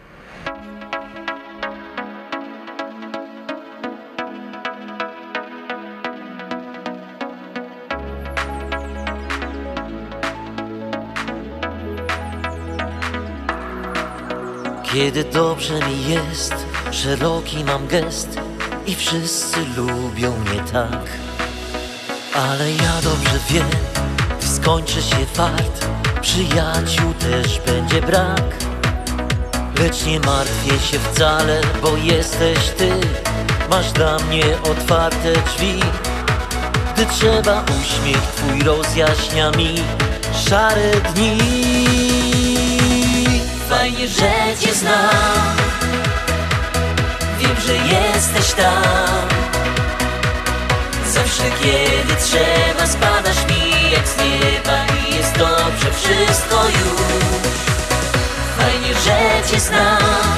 Kiedy dobrze mi jest, szeroki mam gest i wszyscy lubią mnie tak. Ale ja dobrze wiem, gdy skończy się fart, przyjaciół też będzie brak. Lecz nie martwię się wcale, bo jesteś ty, masz dla mnie otwarte drzwi. Gdy trzeba, uśmiech twój rozjaśnia mi szare dni. Fajnie, że cię znam, wiem, że jesteś tam. Zawsze kiedy trzeba, spadasz mi jak z nieba i jest dobrze wszystko już. Fajnie, że cię znam,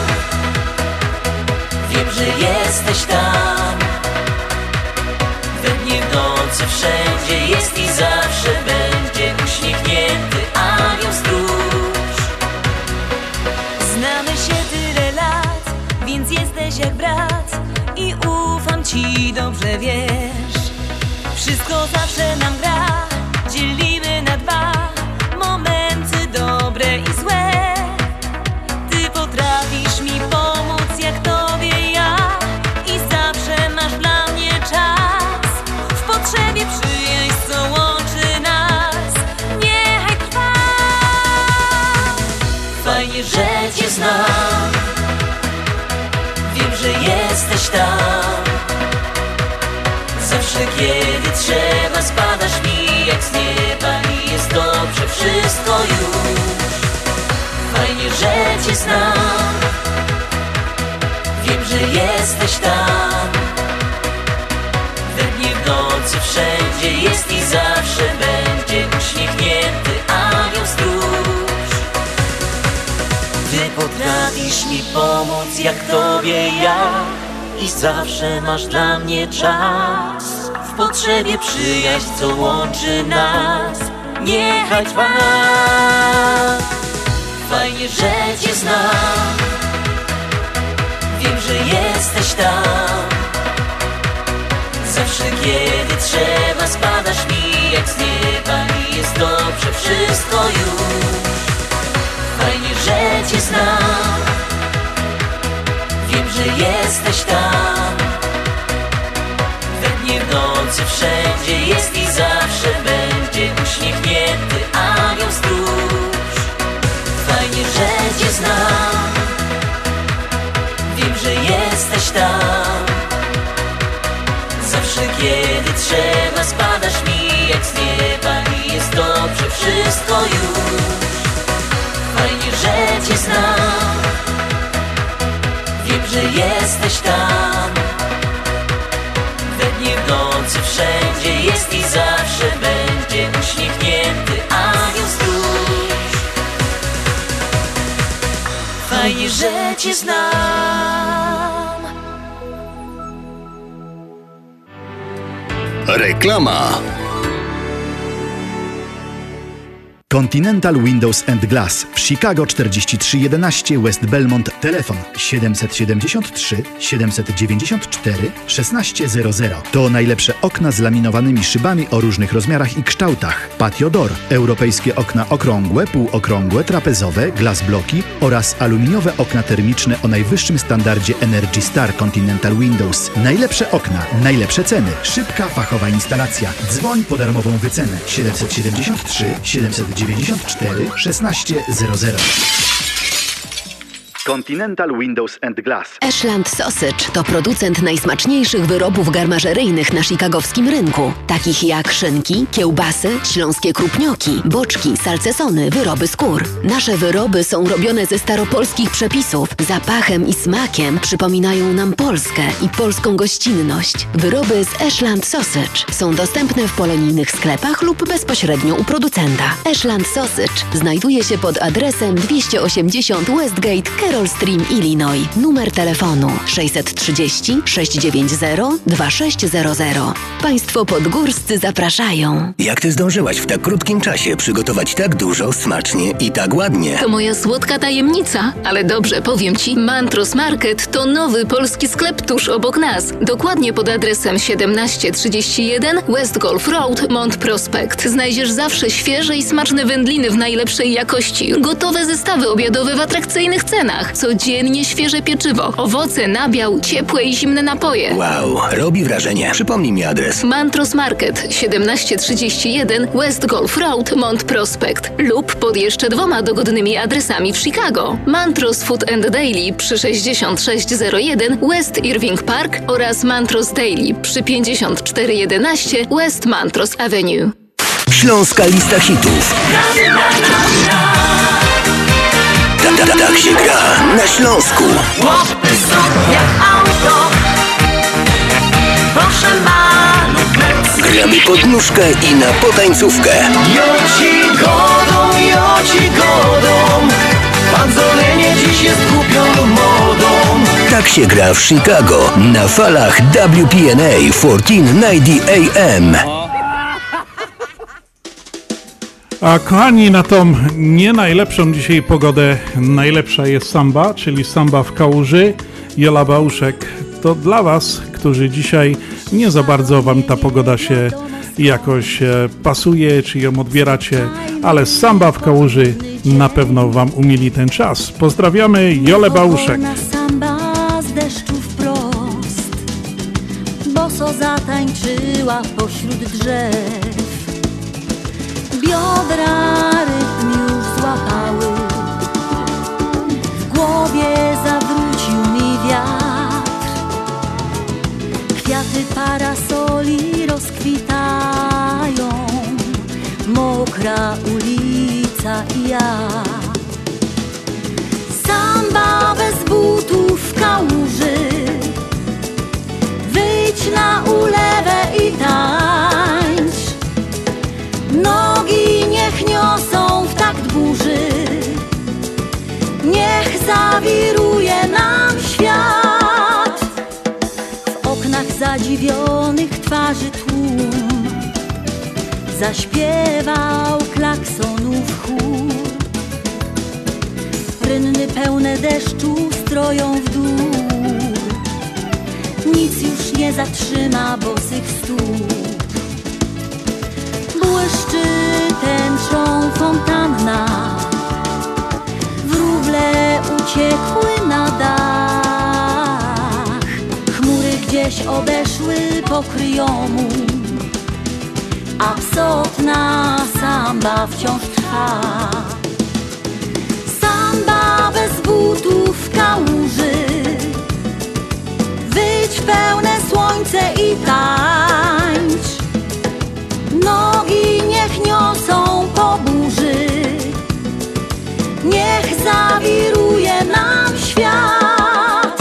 wiem, że jesteś tam. We dnie w nocy nocy wszędzie jest i zawsze będzie uśmiechnięty anioł stróż. Znamy się tyle lat, więc jesteś jak brat i ufam ci, dobrze wiesz. Wszystko zawsze nam gra, dzielimy na dwa momenty dobre i złe. Ty potrafisz mi pomóc jak tobie ja i zawsze masz dla mnie czas. W potrzebie przyjaźń, co łączy nas, niechaj trwa. Fajnie, że cię znam, wiem, że jesteś tam. Zawsze kiedy trzeba spadasz mi jak z nieba i jest dobrze wszystko już. Fajnie, że cię znam, wiem, że jesteś tam. We dnie, w nocy wszędzie jest i zawsze będzie uśmiechnięty anioł stróż. Ty potrafisz mi pomóc jak tobie ja i zawsze masz dla mnie czas. W potrzebie przyjaźń, co łączy nas, niechaj trwa. Fajnie, że cię znam, wiem, że jesteś tam. Zawsze kiedy trzeba spadasz mi jak z nieba i jest dobrze wszystko już. Fajnie, że cię znam, wiem, że jesteś tam. We dnie, w nocy wszędzie jest i zawsze będzie uśmiechnięty anioł stróż. Fajnie, że cię znam, wiem, że jesteś tam. Zawsze kiedy trzeba spadasz mi jak z nieba i jest dobrze wszystko już. Fajnie, że cię znam, wiem, że jesteś tam. We dnie, w nocy wszędzie jest i zawsze będzie uśmiechnięty anioł stróż. Fajnie, że cię znam. Reklama. Continental Windows and Glass w Chicago czterdzieści trzy jedenaście West Belmont. Telefon siedem siedem trzy, siedem dziewięć cztery, szesnaście zero zero. To najlepsze okna z laminowanymi szybami o różnych rozmiarach i kształtach. Patio Door, europejskie okna okrągłe, półokrągłe, trapezowe, glass bloki oraz aluminiowe okna termiczne o najwyższym standardzie Energy Star Continental Windows. Najlepsze okna, najlepsze ceny, szybka, fachowa instalacja. Dzwoń po darmową wycenę siedem siedem trzy, siedem dziewięć cztery, szesnaście zero zero. Continental Windows and Glass. Ashland Sausage to producent najsmaczniejszych wyrobów garmażeryjnych na chicagowskim rynku, takich jak szynki, kiełbasy, śląskie krupnioki, boczki, salcesony, wyroby skór. Nasze wyroby są robione ze staropolskich przepisów. Zapachem i smakiem przypominają nam Polskę i polską gościnność. Wyroby z Ashland Sausage są dostępne w polonijnych sklepach lub bezpośrednio u producenta. Ashland Sausage znajduje się pod adresem dwieście osiemdziesiąt Westgate, Carroll Stream, Illinois. Numer telefonu sześćset trzydzieści, sześćset dziewięćdziesiąt, dwa sześć zero zero. Państwo podgórscy zapraszają. Jak ty zdążyłaś w tak krótkim czasie przygotować tak dużo, smacznie i tak ładnie? To moja słodka tajemnica, ale dobrze, powiem ci. Mantros Market to nowy polski sklep tuż obok nas. Dokładnie pod adresem siedemnaście trzydzieści jeden West Golf Road, Mont Prospect. Znajdziesz zawsze świeże i smaczne wędliny w najlepszej jakości, gotowe zestawy obiadowe w atrakcyjnych cenach, codziennie świeże pieczywo, owoce, nabiał, ciepłe i zimne napoje. Wow, robi wrażenie. Przypomnij mi adres. Mantros Market, siedemnaście trzydzieści jeden West Golf Road, Mont Prospect lub pod jeszcze dwoma dogodnymi adresami w Chicago. Mantros Food and Daily przy sześćdziesiąt sześć zero jeden West Irving Park oraz Mantros Daily przy pięćdziesiąt cztery jedenaście West Mantros Avenue. Śląska lista hitów. Tak się gra na Śląsku. Łopy są jak auto, proszę malu. Gramy pod nóżkę i na potańcówkę. Joci godą, joci godą, panzolenie dziś jest głupią modą. Tak się gra w Chicago na falach W P N A czternaście dziewięćdziesiąt A M. A kochani, na tą nie najlepszą dzisiaj pogodę najlepsza jest samba, czyli samba w kałuży. Jola Bałuszek, to dla was, którzy dzisiaj nie za bardzo wam ta pogoda się jakoś pasuje, czy ją odbieracie, ale samba w kałuży na pewno wam umili ten czas. Pozdrawiamy, Jolę Bałuszek. Samba z deszczu wprost, boso zatańczyła pośród drzew. Biodra rytm już złapały, w głowie zawrócił mi wiatr. Kwiaty parasoli rozkwitają, mokra ulica i ja. Samba bez butów w kałuży, wyjdź na ulewę i tańcz. Nogi niech niosą w takt burzy, niech zawiruje nam świat. W oknach zadziwionych twarzy tłum zaśpiewał klaksonów chór. Rynny pełne deszczu stroją w dół, nic już nie zatrzyma bosych stóp. Błyszczy tęczą fontanna, wróble uciekły na dach. Chmury gdzieś odeszły pokryjomu, a psotna samba wciąż trwa. Samba bez butów w kałuży, wyjdź pełne słońce i tańcz. Nogi niech niosą po burzy, niech zawiruje nam świat.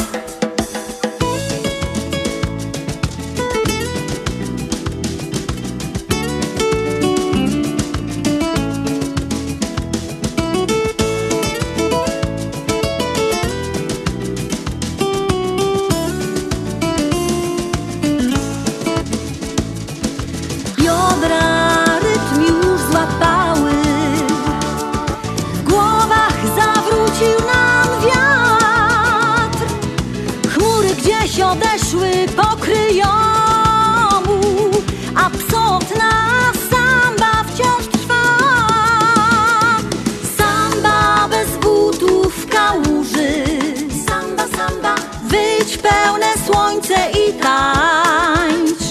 Odeszły pokryjomu, a psotna samba wciąż trwa. Samba bez butów w kałuży, samba, samba, wyjdź pełne słońce i tańcz.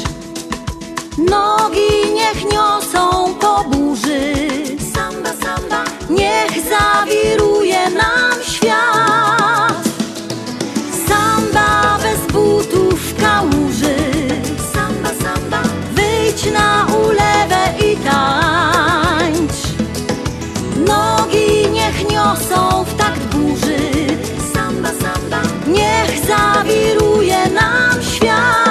Nogi niech niosą po burzy, samba, samba, niech zawiruje nam świat. Samba bez butów w kałuży, samba, samba, wyjdź na ulewę i tańcz. Nogi niech niosą w takt burzy, samba, samba, niech zawiruje nam świat.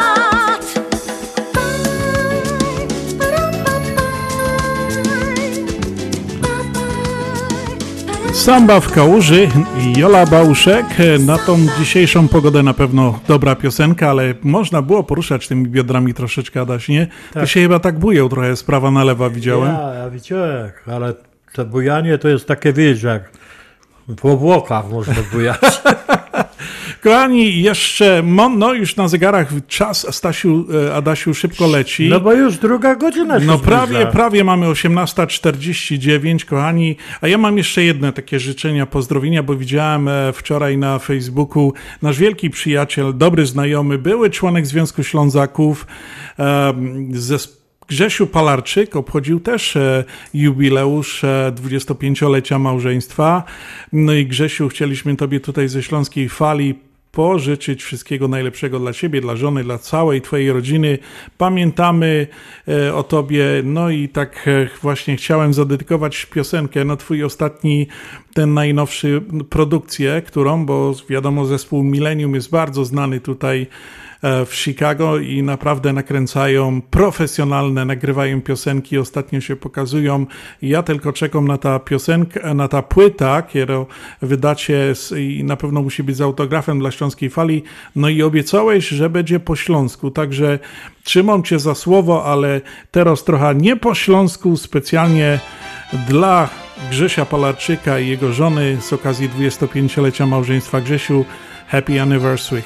Samba w kałuży i Jola Bałuszek. Na tą dzisiejszą pogodę na pewno dobra piosenka, ale można było poruszać tymi biodrami troszeczkę, Adaś, nie? Tak. Ty się chyba tak bują trochę z prawa na lewa, widziałem. Ja, ja widziałem, ale to bujanie to jest takie, wiesz, jak w obłokach można bujać. Kochani, jeszcze, no już na zegarach czas, Stasiu, Adasiu, szybko leci. No bo już druga godzina się No prawie, zbliża. prawie mamy osiemnasta czterdzieści dziewięć, kochani. A ja mam jeszcze jedne takie życzenia, pozdrowienia, bo widziałem wczoraj na Facebooku nasz wielki przyjaciel, dobry znajomy, były członek Związku Ślązaków, zespołu Grzesiu Palarczyk obchodził też e, jubileusz e, dwudziestopięciolecia małżeństwa. No i Grzesiu, chcieliśmy Tobie tutaj ze Śląskiej Fali pożyczyć wszystkiego najlepszego dla Ciebie, dla żony, dla całej Twojej rodziny. Pamiętamy e, o Tobie, no i tak e, właśnie chciałem zadedykować piosenkę, no Twój ostatni, ten najnowszy produkcję, którą, bo wiadomo, zespół Millennium jest bardzo znany tutaj w Chicago i naprawdę nakręcają profesjonalne, nagrywają piosenki, ostatnio się pokazują. Ja tylko czekam na ta piosenka, na ta płyta, którą wydacie z, i na pewno musi być z autografem dla Śląskiej Fali. No i obiecałeś, że będzie po śląsku, także trzymam Cię za słowo, ale teraz trochę nie po śląsku, specjalnie Dla Grzesia Palarczyka i jego żony z okazji dwudziestopięciolecia małżeństwa. Grzesiu, happy anniversary.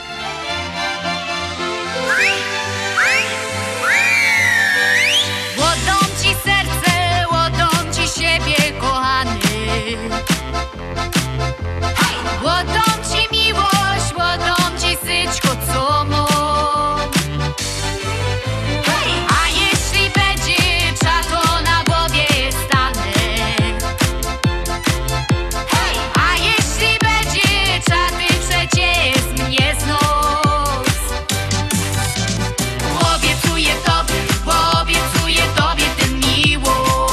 Łodą ci serce, łodą ci siebie, kochany. Łodą ci miłość, łodą ci syćko, co mo. A jeśli będzie czato na głowie stanę, a jeśli będzie czaty przecież mnie znos. Obiecuję tobie, obiecuję tobie tę miłość.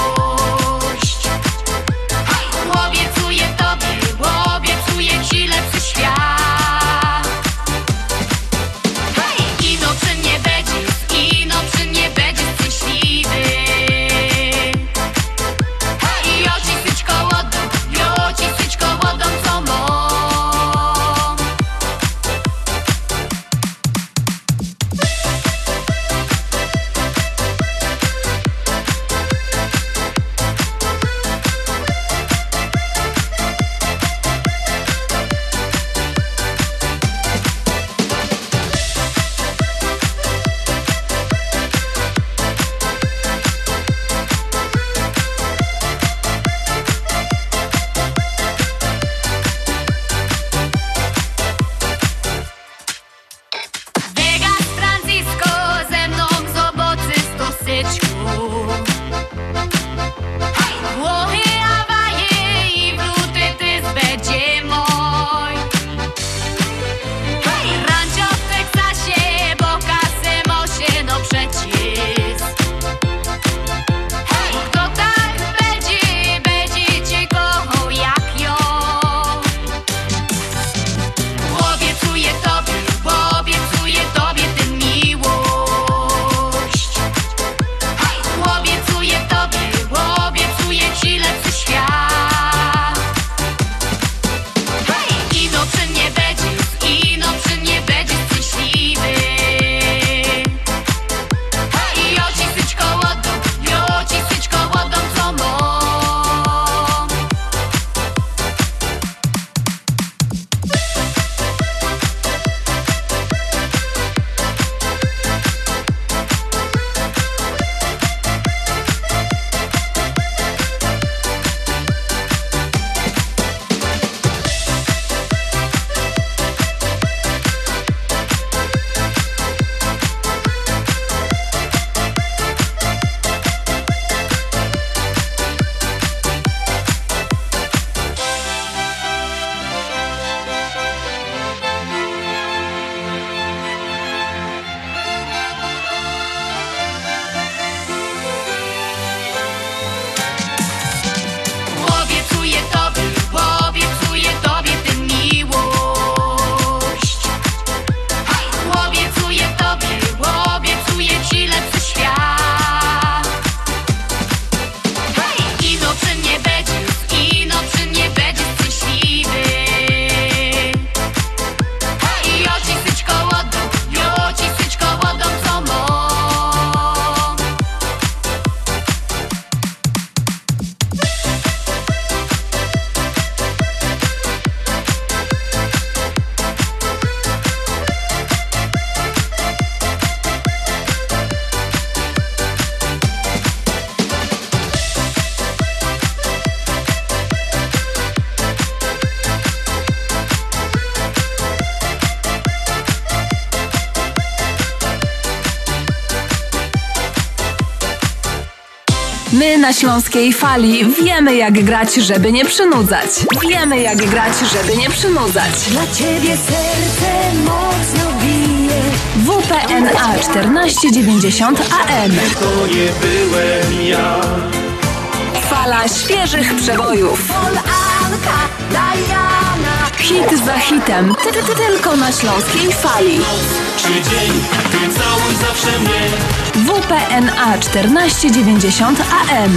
Obiecuję tobie, obiecuję ci lepszy świat. Ino przy mnie będziesz, ino przy mnie będziesz szczęśliwy. I oci syćko łodą, i oci syćko łodą, co mo. Vegas, Francisco, ze mną zobaczy sto syczku. Włochy, Hawaje i wluty ty będzie mój. Rancho w Teksasie, bo kasę mosie, no przecież. Kto tak będzie, będzie cię kochał jak ją. Obiecuję tobie, obiecuję tobie tę miłość. Obiecuję tobie, obiecuję ci lepszy świat. Ino przy mnie będziesz, ino przy mnie będziesz szczęśliwy. I oci syćko łodą, i oci syćko łodą, co mo. Obiecuję tobie, obiecuję tobie tę miłość. Obiecuję tobie, obiecuję ci lepszy świat. Ino przy mnie będziesz, ino przy mnie będziesz szczęśliwy. I oci syćko łodą, i oci syćko łodą, co mo. My na Śląskiej Fali wiemy jak grać, żeby nie przynudzać. Wiemy jak grać, żeby nie przynudzać. Dla ciebie serce mocno bije. W P N A czternaście dziewięćdziesiąt A M. To nie byłem ja. Fala świeżych przebojów. Polanka, Diana. Hit za hitem. Ty, ty, ty, tylko na Śląskiej Fali. Czy dzień, ty całuj zawsze mnie. W P N A czternaście dziewięćdziesiąt A M.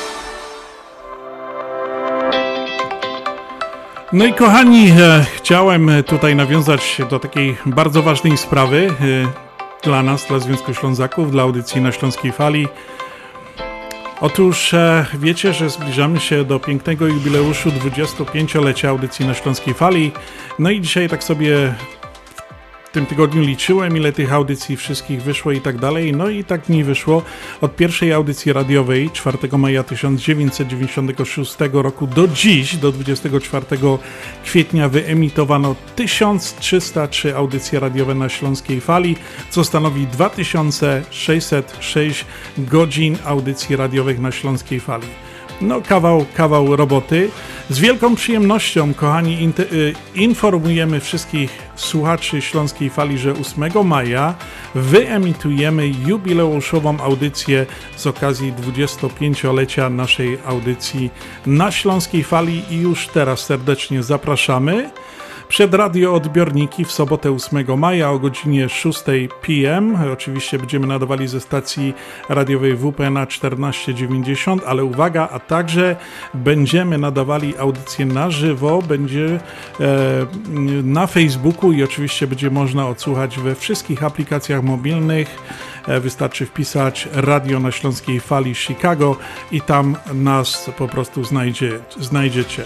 No i kochani, e, chciałem tutaj nawiązać do takiej bardzo ważnej sprawy e, dla nas, dla Związku Ślązaków, dla audycji na Śląskiej Fali. Otóż e, wiecie, że zbliżamy się do pięknego jubileuszu dwudziestopięciolecia audycji na Śląskiej Fali. No i dzisiaj tak sobie w tym tygodniu liczyłem, ile tych audycji wszystkich wyszło i tak dalej. No i tak mi wyszło. Od pierwszej audycji radiowej czwartego maja tysiąc dziewięćset dziewięćdziesiątego szóstego roku do dziś, do dwudziestego czwartego kwietnia wyemitowano tysiąc trzysta trzy audycje radiowe na Śląskiej Fali, co stanowi dwa tysiące sześćset sześć godzin audycji radiowych na Śląskiej Fali. No kawał, kawał roboty. Z wielką przyjemnością, kochani, informujemy wszystkich słuchaczy Śląskiej Fali, że ósmego maja wyemitujemy jubileuszową audycję z okazji dwudziestopięciolecia naszej audycji na Śląskiej Fali i już teraz serdecznie zapraszamy. Przed radioodbiorniki w sobotę ósmego maja o godzinie szóstej p m Oczywiście będziemy nadawali ze stacji radiowej W P N A czternaście dziewięćdziesiąt, ale uwaga, a także będziemy nadawali audycję na żywo, będzie e, na Facebooku i oczywiście będzie można odsłuchać we wszystkich aplikacjach mobilnych. E, wystarczy wpisać Radio na Śląskiej Fali Chicago i tam nas po prostu znajdzie, znajdziecie.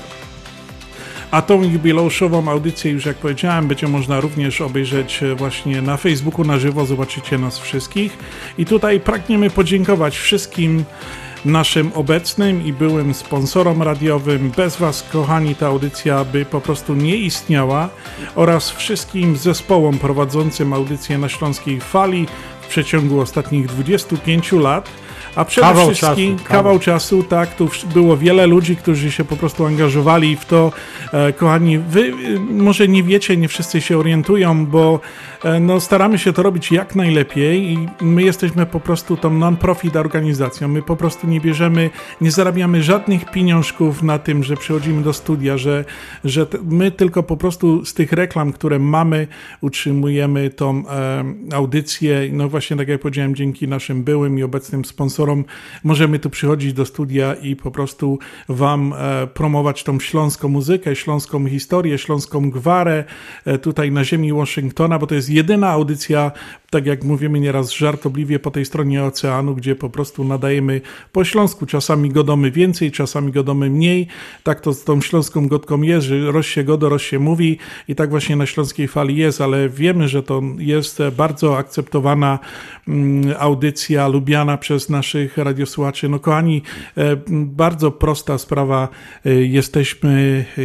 A tą jubileuszową audycję, już jak powiedziałem, będzie można również obejrzeć właśnie na Facebooku na żywo, zobaczycie nas wszystkich. I tutaj pragniemy podziękować wszystkim naszym obecnym i byłym sponsorom radiowym. Bez was, kochani, ta audycja by po prostu nie istniała, oraz wszystkim zespołom prowadzącym audycję na Śląskiej Fali w przeciągu ostatnich dwudziestu pięciu lat. A przede kawał wszystkim czasu, kawał. kawał czasu, tak, tu było wiele ludzi, którzy się po prostu angażowali w to. E, kochani, wy e, może nie wiecie, nie wszyscy się orientują, bo e, no, staramy się to robić jak najlepiej i my jesteśmy po prostu tą non-profit organizacją. My po prostu nie bierzemy, nie zarabiamy żadnych pieniążków na tym, że przychodzimy do studia, że, że t- my tylko po prostu z tych reklam, które mamy, utrzymujemy tą e, audycję. No właśnie, tak jak powiedziałem, dzięki naszym byłym i obecnym sponsorom możemy tu przychodzić do studia i po prostu wam e, promować tą śląską muzykę, śląską historię, śląską gwarę e, tutaj na ziemi Waszyngtona, bo to jest jedyna audycja, tak jak mówimy nieraz żartobliwie, po tej stronie oceanu, gdzie po prostu nadajemy po śląsku. Czasami godomy więcej, czasami godomy mniej. Tak to z tą śląską godką jest, że roś się godo, roś się mówi i tak właśnie na Śląskiej Fali jest, ale wiemy, że to jest bardzo akceptowana mm, audycja, lubiana przez naszych radiosłuchaczy. No kochani, e, bardzo prosta sprawa. E, jesteśmy e,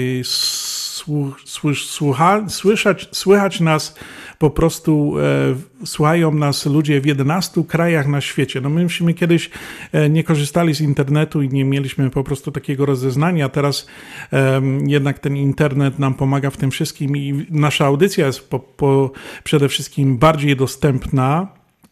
słuch, słucha, słyszać, słychać nas po prostu, e, słuchają nas ludzie w jedenastu krajach na świecie. No myśmy kiedyś e, nie korzystali z internetu i nie mieliśmy po prostu takiego rozeznania. Teraz e, jednak ten internet nam pomaga w tym wszystkim i nasza audycja jest po, po przede wszystkim bardziej dostępna.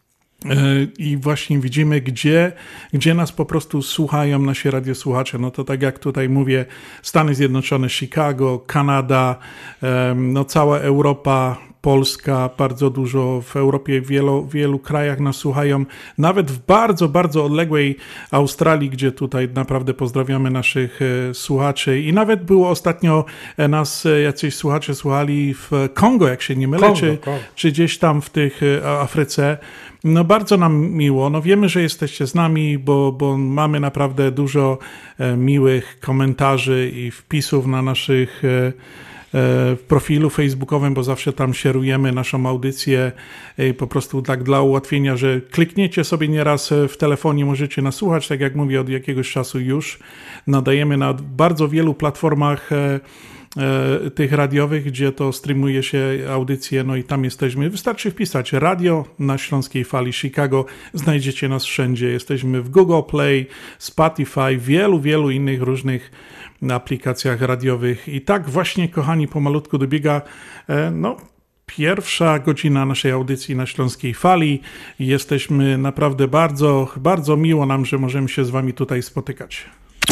I właśnie widzimy, gdzie, gdzie nas po prostu słuchają nasi radiosłuchacze. No to tak jak tutaj mówię, Stany Zjednoczone, Chicago, Kanada, no cała Europa, Polska, bardzo dużo w Europie, w wielu, wielu krajach nas słuchają, nawet w bardzo, bardzo odległej Australii, gdzie tutaj naprawdę pozdrawiamy naszych słuchaczy i nawet było ostatnio nas jacyś słuchacze słuchali w Kongo, jak się nie mylę, Kongo, czy, Kongo. czy gdzieś tam w tych Afryce. No bardzo nam miło, no wiemy, że jesteście z nami, bo, bo mamy naprawdę dużo e, miłych komentarzy i wpisów na naszych e, e, profilu facebookowym, bo zawsze tam szerujemy naszą audycję e, po prostu tak dla ułatwienia, że klikniecie sobie nieraz w telefonie, możecie nas słuchać, tak jak mówię, od jakiegoś czasu już nadajemy na bardzo wielu platformach e, tych radiowych, gdzie to streamuje się audycje, no i tam jesteśmy. Wystarczy wpisać Radio na Śląskiej Fali Chicago, znajdziecie nas wszędzie. Jesteśmy w Google Play, Spotify, wielu, wielu innych różnych aplikacjach radiowych. I tak właśnie, kochani, pomalutku dobiega no pierwsza godzina naszej audycji na Śląskiej Fali. Jesteśmy naprawdę bardzo, bardzo miło nam, że możemy się z wami tutaj spotykać.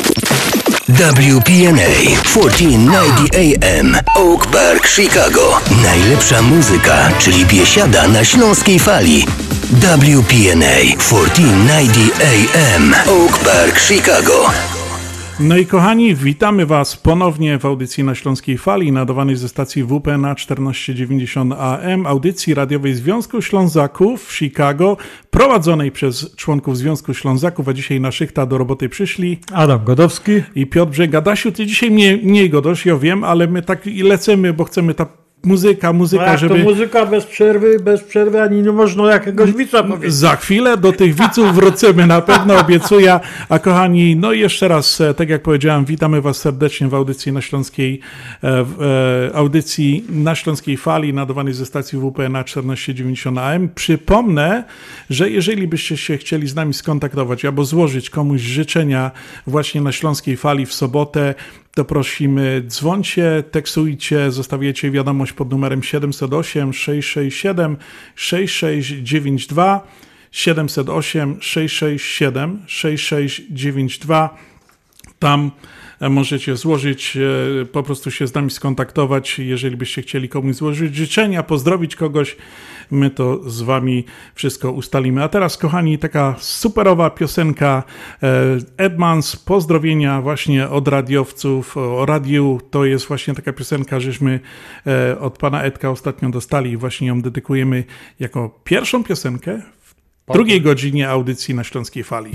W P N A czternaście dziewięćdziesiąt A M Oak Park, Chicago. Najlepsza muzyka, czyli biesiada na Śląskiej Fali. W P N A czternaście dziewięćdziesiąt A M Oak Park, Chicago. No i kochani, witamy Was ponownie w audycji na Śląskiej Fali, nadawanej ze stacji W P N A czternaście dziewięćdziesiąt A M, audycji radiowej Związku Ślązaków w Chicago, prowadzonej przez członków Związku Ślązaków, a dzisiaj na szychta do roboty przyszli Adam Godowski i Piotr Brzeg. Adasiu, ty dzisiaj mniej, mniej godosz, ja wiem, ale my tak i lecimy, bo chcemy ta muzyka, muzyka, no jak żeby... to muzyka bez przerwy, bez przerwy, ani nie można jakiegoś wica powiedzieć. Za chwilę do tych widzów wrócimy, na pewno obiecuję. A kochani, no i jeszcze raz, tak jak powiedziałem, witamy Was serdecznie w audycji na Śląskiej, w audycji na Śląskiej Fali, nadawanej ze stacji W P N A czternaście dziewięćdziesiąt A M. Przypomnę, że jeżeli byście się chcieli z nami skontaktować albo złożyć komuś życzenia właśnie na Śląskiej Fali w sobotę, to prosimy, dzwońcie, tekstujcie, zostawiacie wiadomość pod numerem siedem zero osiem sześć sześć siedem sześć sześć dziewięć dwa, siedem zero osiem sześć sześć siedem sześć sześć dziewięć dwa. Tam możecie złożyć, po prostu się z nami skontaktować, jeżeli byście chcieli komuś złożyć życzenia, pozdrowić kogoś, my to z Wami wszystko ustalimy. A teraz, kochani, taka superowa piosenka Edmonds, pozdrowienia właśnie od radiowców, o radiu. To jest właśnie taka piosenka, żeśmy od pana Edka ostatnio dostali i właśnie ją dedykujemy jako pierwszą piosenkę w drugiej godzinie audycji na Śląskiej Fali.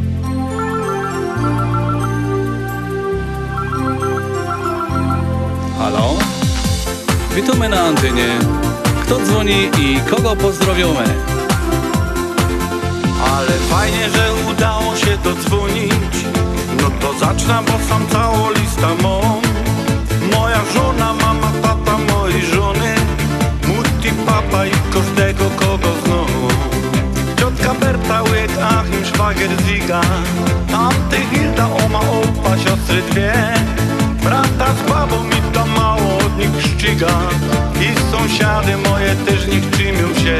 Halo? Witamy na antenie. Kto dzwoni i kogo pozdrowiamy? Ale fajnie, że udało się dodzwonić. No to zacznę, bo sam całą listę mam. Moja żona, mama, tata mojej żony, mutti, papa i każdego, kogo znam. Ciotka Berta, łyk, Achim, szwagier, Ziga, tamty Hilda, oma, opa, siostry dwie, brata z babą i to mało od nich szczyga. I sąsiady moje też nie czymią się.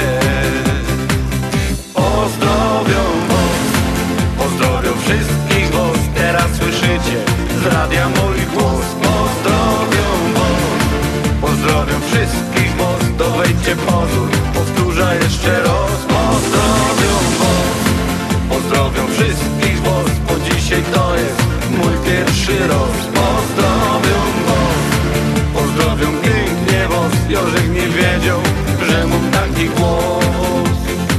Pozdrowią was, pozdrowią wszystkich was. Teraz słyszycie z radia mój głos. Pozdrowią was, pozdrowią wszystkich was. Dowejdźcie pozór, powtórzę jeszcze raz. Pozdrowią was, pozdrowią wszystkich was, bo dzisiaj to jest mój pierwszy raz. Pozdrowią was, pozdrowią pięknie was. Jorzek nie wiedział, że mam taki głos.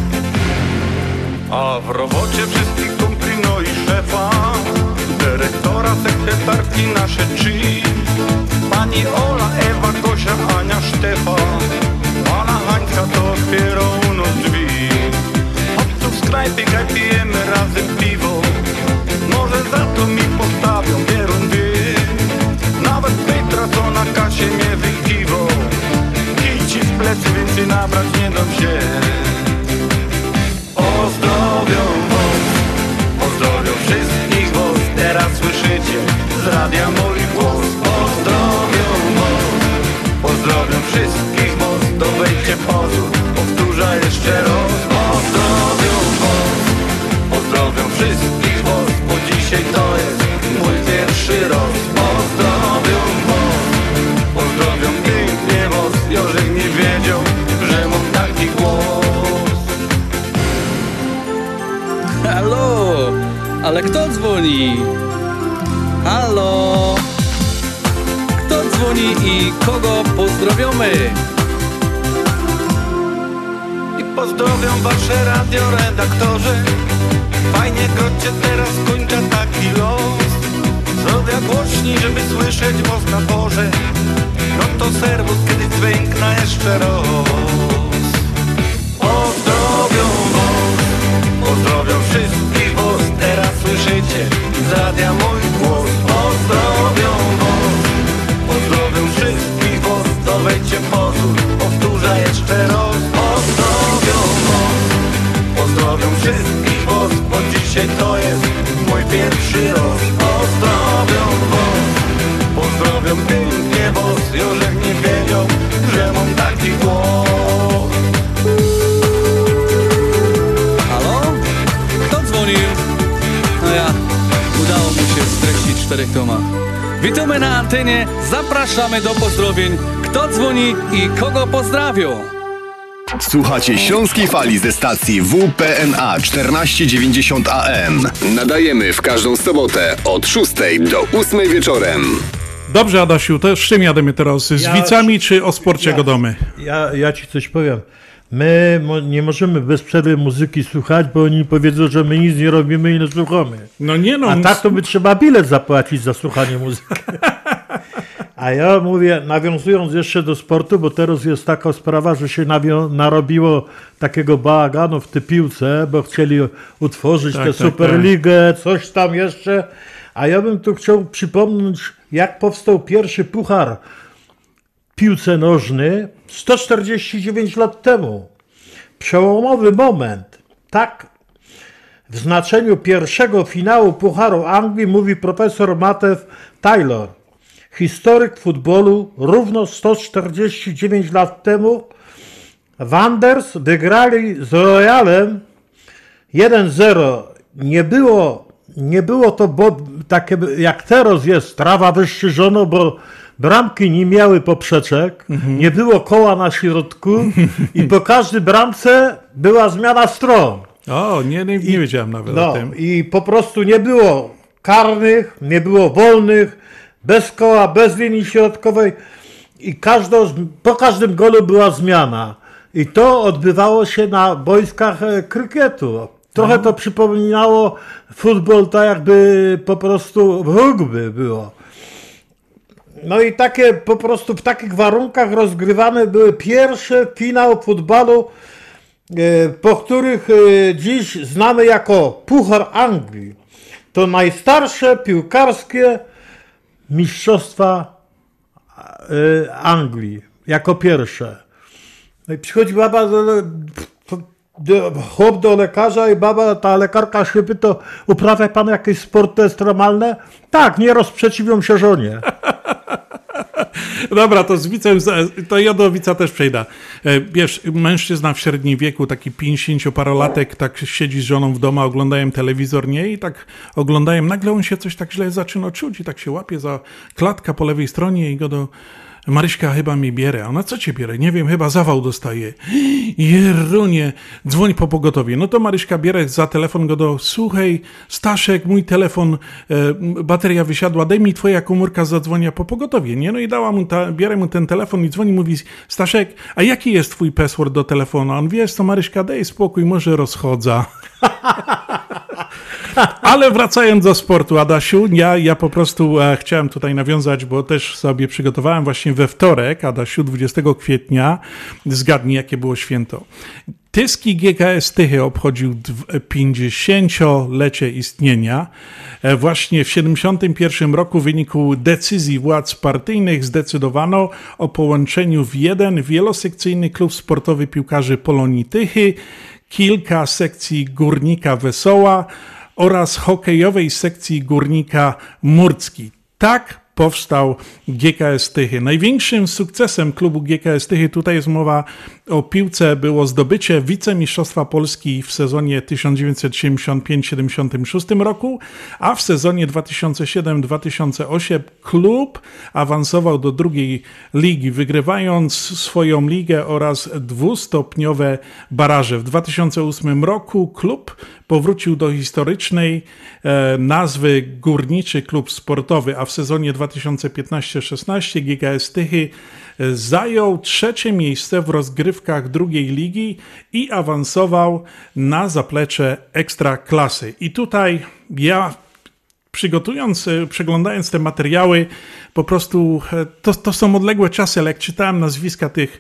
A w robocie wszystkich kumpli, no i szefa, dyrektora, sekretarki, nasze trzy, pani Ola, Ewa, Gosia, Ania, Sztefa, pana Hańka to otwierał u nas drzwi. Chodź w sklepie, kaj pijemy razem piwo, może za to mi postawią bierundy. Nawet Petra, co na kasie mnie wykiwał, kij ci w plecy, więcej nabrać nie dam się. Pozdrowią was, pozdrowią wszystkich was. Teraz słyszycie z radia mój głos. Pozdrowią was, pozdrowią wszystkich was. Dowejdźcie pozór, powtórzę jeszcze raz. Pozdrowią was, pozdrowią wszystkich was, bo dzisiaj to jest mój pierwszy raz. Pozdrowią was, pozdrowią pięknie was. Jorzek nie wiedział, że mam taki głos. Halo? Ale kto dzwoni? Halo? Kto dzwoni i kogo pozdrowiamy? I pozdrowią wasze radioredaktorzy. Fajnie grocie teraz kończę taki los. Zrobię głośniej, żeby słyszeć was na dworze. No to serwus, kiedy dźwiękna jeszcze raz. Pozdrowią was, pozdrowią wszystkich was. Teraz słyszycie z radia mój głos. Pozdrowią was, pozdrowią wszystkich was. Dowejdźcie pozór, powtórzę jeszcze raz. Pozdrowią was, pozdrowią wszystkich was, bo dzisiaj to jest mój pierwszy raz. Pozdrowią was, pozdrowią pięknie was. Jorzek nie wiedział, że mam taki głos. Halo? Kto dzwonił? No ja, udało mi się streścić w czterech tomach. Witamy na antenie, zapraszamy do pozdrowień. Kto dzwoni i kogo pozdrawią? Słuchacie Śląskiej Fali ze stacji W P N A czternaście dziewięćdziesiąt A M. Nadajemy w każdą sobotę od szóstej do ósmej wieczorem. Dobrze, Adasiu, to z czym jademy teraz? Z Ja- wicami czy o sporcie ja- gadamy? Ja, ja ci coś powiem. My mo- nie możemy bez przerwy muzyki słuchać, bo oni powiedzą, że my nic nie robimy i nie słuchamy. No nie no. A tak to by trzeba bilet zapłacić za słuchanie muzyki. A ja mówię, nawiązując jeszcze do sportu, bo teraz jest taka sprawa, że się nawią- narobiło takiego bałaganu w tej piłce, bo chcieli utworzyć Tak, tę tak, Superligę, coś tam jeszcze. A ja bym tu chciał przypomnieć, jak powstał pierwszy puchar piłce nożny sto czterdzieści dziewięć lat temu. Przełomowy moment. Tak w znaczeniu pierwszego finału Pucharu Anglii mówi profesor Matthew Taylor. Historyk futbolu równo sto czterdzieści dziewięć lat temu Wanderers wygrali z Royalem jeden zero. Nie było, nie było to bo, takie jak teraz jest, trawa wyszczerzono, bo bramki nie miały poprzeczek, Mhm. nie było koła na środku i po każdej bramce była zmiana stron. O, nie, nie, nie wiedziałem nawet No o tym. i po prostu nie było karnych, nie było wolnych, bez koła, bez linii środkowej i każdo, po każdym golu była zmiana. I to odbywało się na boiskach e, krykietu. Trochę to przypominało futbol, tak jakby po prostu w rugby było. No i takie po prostu w takich warunkach rozgrywane były pierwsze finał futbolu, e, po których e, dziś znamy jako Puchar Anglii. To najstarsze piłkarskie mistrzostwa e, Anglii jako pierwsze. No i przychodzi baba do, do, chłop do lekarza i baba, ta lekarka się pyta, uprawia pan jakieś sporty ekstremalne? Tak, nie rozprzeciwią się żonie. Dobra, to z wicem, to ja do wica też przejdę. E, Wiesz, mężczyzna w średnim wieku, taki pięćdziesięcioparolatek, tak siedzi z żoną w domu, oglądają telewizor, nie? I tak oglądają, nagle on się coś tak źle zaczyna czuć i tak się łapie za klatka po lewej stronie i go do... Maryśka chyba mi bierze. A ona co cię bierze? Nie wiem, chyba zawał dostaje. Jerunie, dzwoń po pogotowie. No to Maryśka bierze za telefon go do, słuchaj, Staszek, mój telefon, e, bateria wysiadła, daj mi twoja komórka, zadzwonia po pogotowie, nie? No i dała mu, ta, bierze mu ten telefon i dzwoni, mówi, Staszek, a jaki jest twój password do telefonu? A on, wiesz co, Maryśka, daj spokój, może rozchodza. Ale wracając do sportu, Adasiu, ja, ja po prostu e, chciałem tutaj nawiązać, bo też sobie przygotowałem właśnie we wtorek, Adasiu, dwudziestego kwietnia, zgadnij jakie było święto. Tyski G K S Tychy obchodził pięćdziesięciolecie istnienia. E, właśnie w siedemdziesiątym pierwszym roku w wyniku decyzji władz partyjnych zdecydowano o połączeniu w jeden wielosekcyjny klub sportowy piłkarzy Polonii Tychy, kilka sekcji Górnika Wesoła oraz hokejowej sekcji Górnika Murcki. Tak powstał G K S Tychy. Największym sukcesem klubu G K S Tychy, tutaj jest mowa o piłce, było zdobycie wicemistrzostwa Polski w sezonie tysiąc dziewięćset siedemdziesiątym piątym siedemdziesiątym szóstym roku, a w sezonie dwa tysiące siódmym dwa tysiące ósmym klub awansował do drugiej ligi, wygrywając swoją ligę oraz dwustopniowe baraże. W dwa tysiące ósmym roku klub powrócił do historycznej e, nazwy Górniczy Klub Sportowy, a w sezonie dwa tysiące piętnastym szesnastym G K S Tychy zajął trzecie miejsce w rozgrywkach drugiej ligi i awansował na zaplecze Ekstraklasy. I tutaj ja, przygotując, przeglądając te materiały, po prostu to, to są odległe czasy, ale jak czytałem nazwiska tych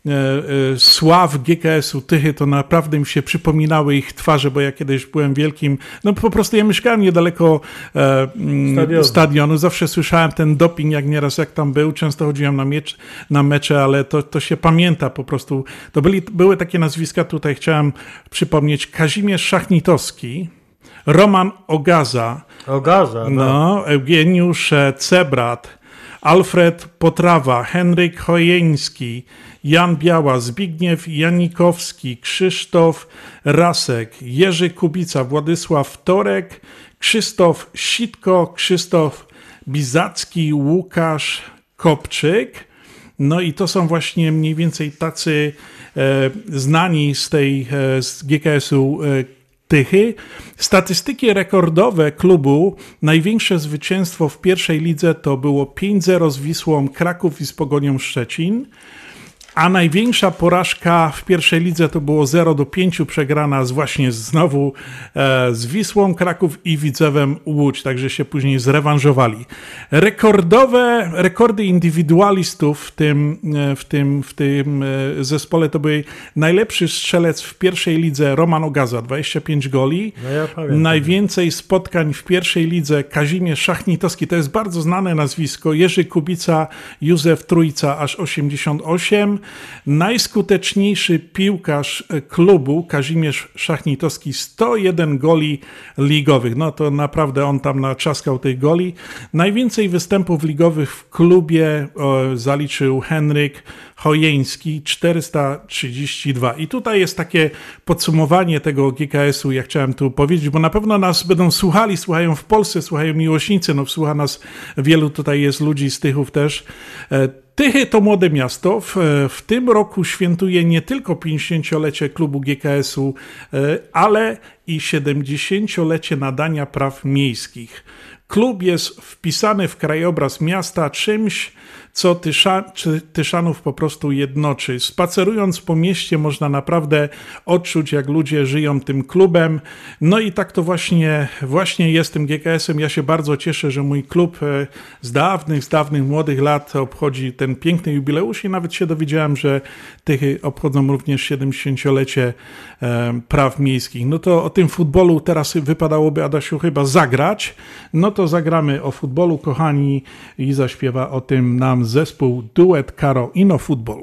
sław G K S-u Tychy, to naprawdę mi się przypominały ich twarze, bo ja kiedyś byłem wielkim, no po prostu ja mieszkałem niedaleko e, stadionu. stadionu, zawsze słyszałem ten doping, jak nieraz jak tam był, często chodziłem na, miecz, na mecze, ale to, to się pamięta po prostu. To byli, były takie nazwiska, tutaj chciałem przypomnieć, Kazimierz Szachnitowski, Roman Ogaza, Ogaza, no, Eugeniusz Cebrat, Alfred Potrawa, Henryk Chojeński, Jan Biała, Zbigniew Janikowski, Krzysztof Rasek, Jerzy Kubica, Władysław Torek, Krzysztof Sitko, Krzysztof Bizacki, Łukasz Kopczyk, No i to są właśnie mniej więcej tacy e, znani z tej e, z G K S-u e, Tychy. Statystyki rekordowe klubu, największe zwycięstwo w pierwszej lidze to było pięć zero z Wisłą Kraków i z Pogonią Szczecin, a największa porażka w pierwszej lidze to było zero do pięciu przegrana z właśnie znowu e, z Wisłą Kraków i Widzewem Łódź, także się później zrewanżowali. Rekordowe, rekordy indywidualistów w tym, e, w tym, w tym e, zespole to był najlepszy strzelec w pierwszej lidze Roman Ogaza, dwadzieścia pięć goli. No ja pamiętam. Najwięcej spotkań w pierwszej lidze Kazimierz Szachnitowski, to jest bardzo znane nazwisko, Jerzy Kubica, Józef Trójca, aż osiemdziesiąt osiem. Najskuteczniejszy piłkarz klubu Kazimierz Szachnitowski, sto jeden goli ligowych. No to naprawdę on tam naczaskał tej goli. Najwięcej występów ligowych w klubie o, zaliczył Henryk Chojeński, czterysta trzydzieści dwa. I tutaj jest takie podsumowanie tego G K S-u, jak chciałem tu powiedzieć, bo na pewno nas będą słuchali, słuchają w Polsce, słuchają miłośnicy, no słucha nas wielu, tutaj jest ludzi z Tychów też. Tychy to młode miasto. W, w tym roku świętuje nie tylko pięćdziesięciolecie klubu G K S-u, ale i siedemdziesięciolecie nadania praw miejskich. Klub jest wpisany w krajobraz miasta czymś, co Tysza, czy Tyszanów po prostu jednoczy. Spacerując po mieście można naprawdę odczuć, jak ludzie żyją tym klubem. No i tak to właśnie, właśnie jest tym G K S-em. Ja się bardzo cieszę, że mój klub z dawnych, z dawnych młodych lat obchodzi ten piękny jubileusz i nawet się dowiedziałem, że Tychy obchodzą również siedemdziesięciolecie e, praw miejskich. No to o tym futbolu teraz wypadałoby, Adasiu, chyba zagrać. No to zagramy o futbolu, kochani, i zaśpiewa o tym nam zespół Duet Karo Ino Futbol.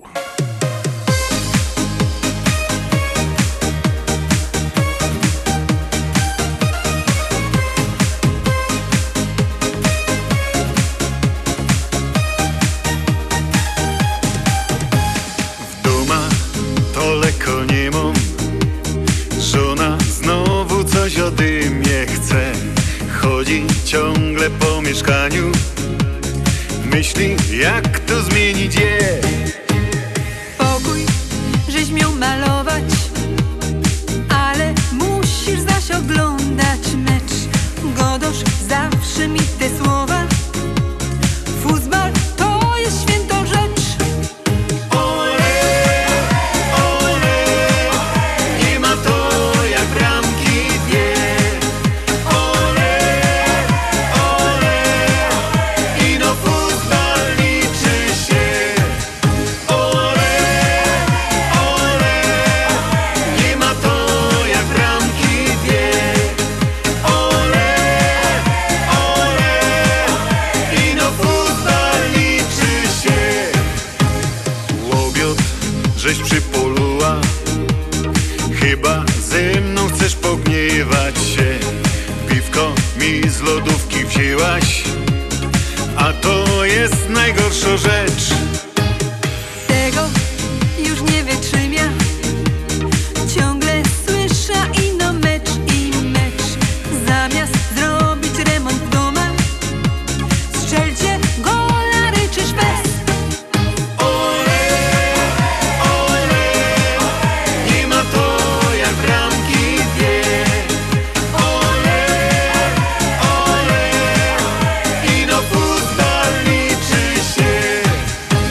W doma to lekko nie mam, żona znowu coś ode mnie chce, chodzi ciągle po mieszkaniu, myśli, jak to zmienić je. Pokój, żeś miał malować, ale musisz zaś oglądać mecz. Godosz zawsze mi te słowa, futbol to jest świętą rzecz. Ole, ole, nie ma to jak bramki dwie. Ole, ole, ino futbol liczy się. Ole, ole, nie ma to jak bramki dwie. Ole, ole, ino futbol liczy się. Łobiot, żeś przypoluła, chyba ze mną chcesz pogniewać się. Piwko mi z lodówki wzięłaś, a to jest najgorsza rzecz. Tego już nie wytrzymia, ciągle słyszę ino mecz i mecz. Zamiast zrobić remont w domach, strzelcie gola, ryczysz bez. Ole, ole, nie ma to jak bramki dwie. Ole, ole, ino futbol liczy się.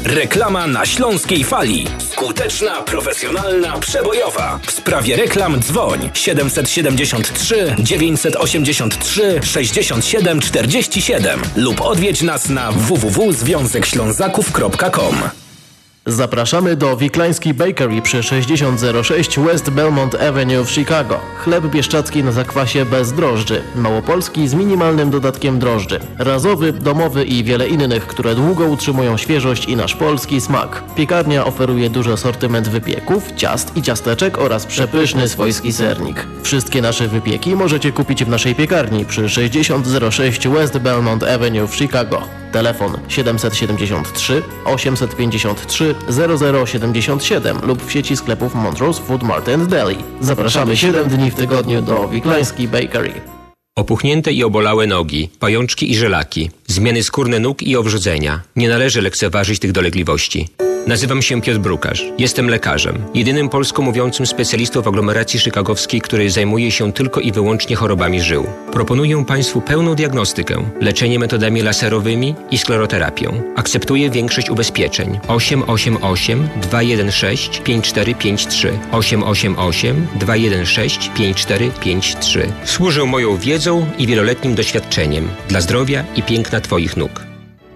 Reklama na Śląskiej Fali. Skuteczna, profesjonalna, przebojowa. W sprawie reklam dzwoń siedem siedem trzy dziewięć osiem trzy sześć siedem cztery siedem lub odwiedź nas na w w w kropka związek ślązaków kropka com. Zapraszamy do Wiklański Bakery przy sześćdziesiąt zero sześć West Belmont Avenue w Chicago. Chleb bieszczacki na zakwasie bez drożdży. Małopolski z minimalnym dodatkiem drożdży. Razowy, domowy i wiele innych, które długo utrzymują świeżość i nasz polski smak. Piekarnia oferuje duży asortyment wypieków, ciast i ciasteczek oraz przepyszny swojski sernik. Wszystkie nasze wypieki możecie kupić w naszej piekarni przy sześćdziesiąt zero sześć West Belmont Avenue w Chicago. Telefon siedem siedem trzy osiem pięć trzy zero zero siedem siedem lub w sieci sklepów Montrose Food Mart and Deli. Zapraszamy siedem dni w tygodniu do Wiklański Bakery. Opuchnięte i obolałe nogi, pajączki i żelaki, zmiany skórne nóg i owrzodzenia. Nie należy lekceważyć tych dolegliwości. Nazywam się Piotr Brukarz. Jestem lekarzem. Jedynym polsko mówiącym specjalistą w aglomeracji chicagowskiej, który zajmuje się tylko i wyłącznie chorobami żył. Proponuję Państwu pełną diagnostykę, leczenie metodami laserowymi i skleroterapią. Akceptuję większość ubezpieczeń. osiem osiem osiem dwa jeden sześć pięć cztery pięć trzy osiem osiem osiem dwa jeden sześć pięć cztery pięć trzy. Służę moją wiedzą i wieloletnim doświadczeniem dla zdrowia i piękna Twoich nóg.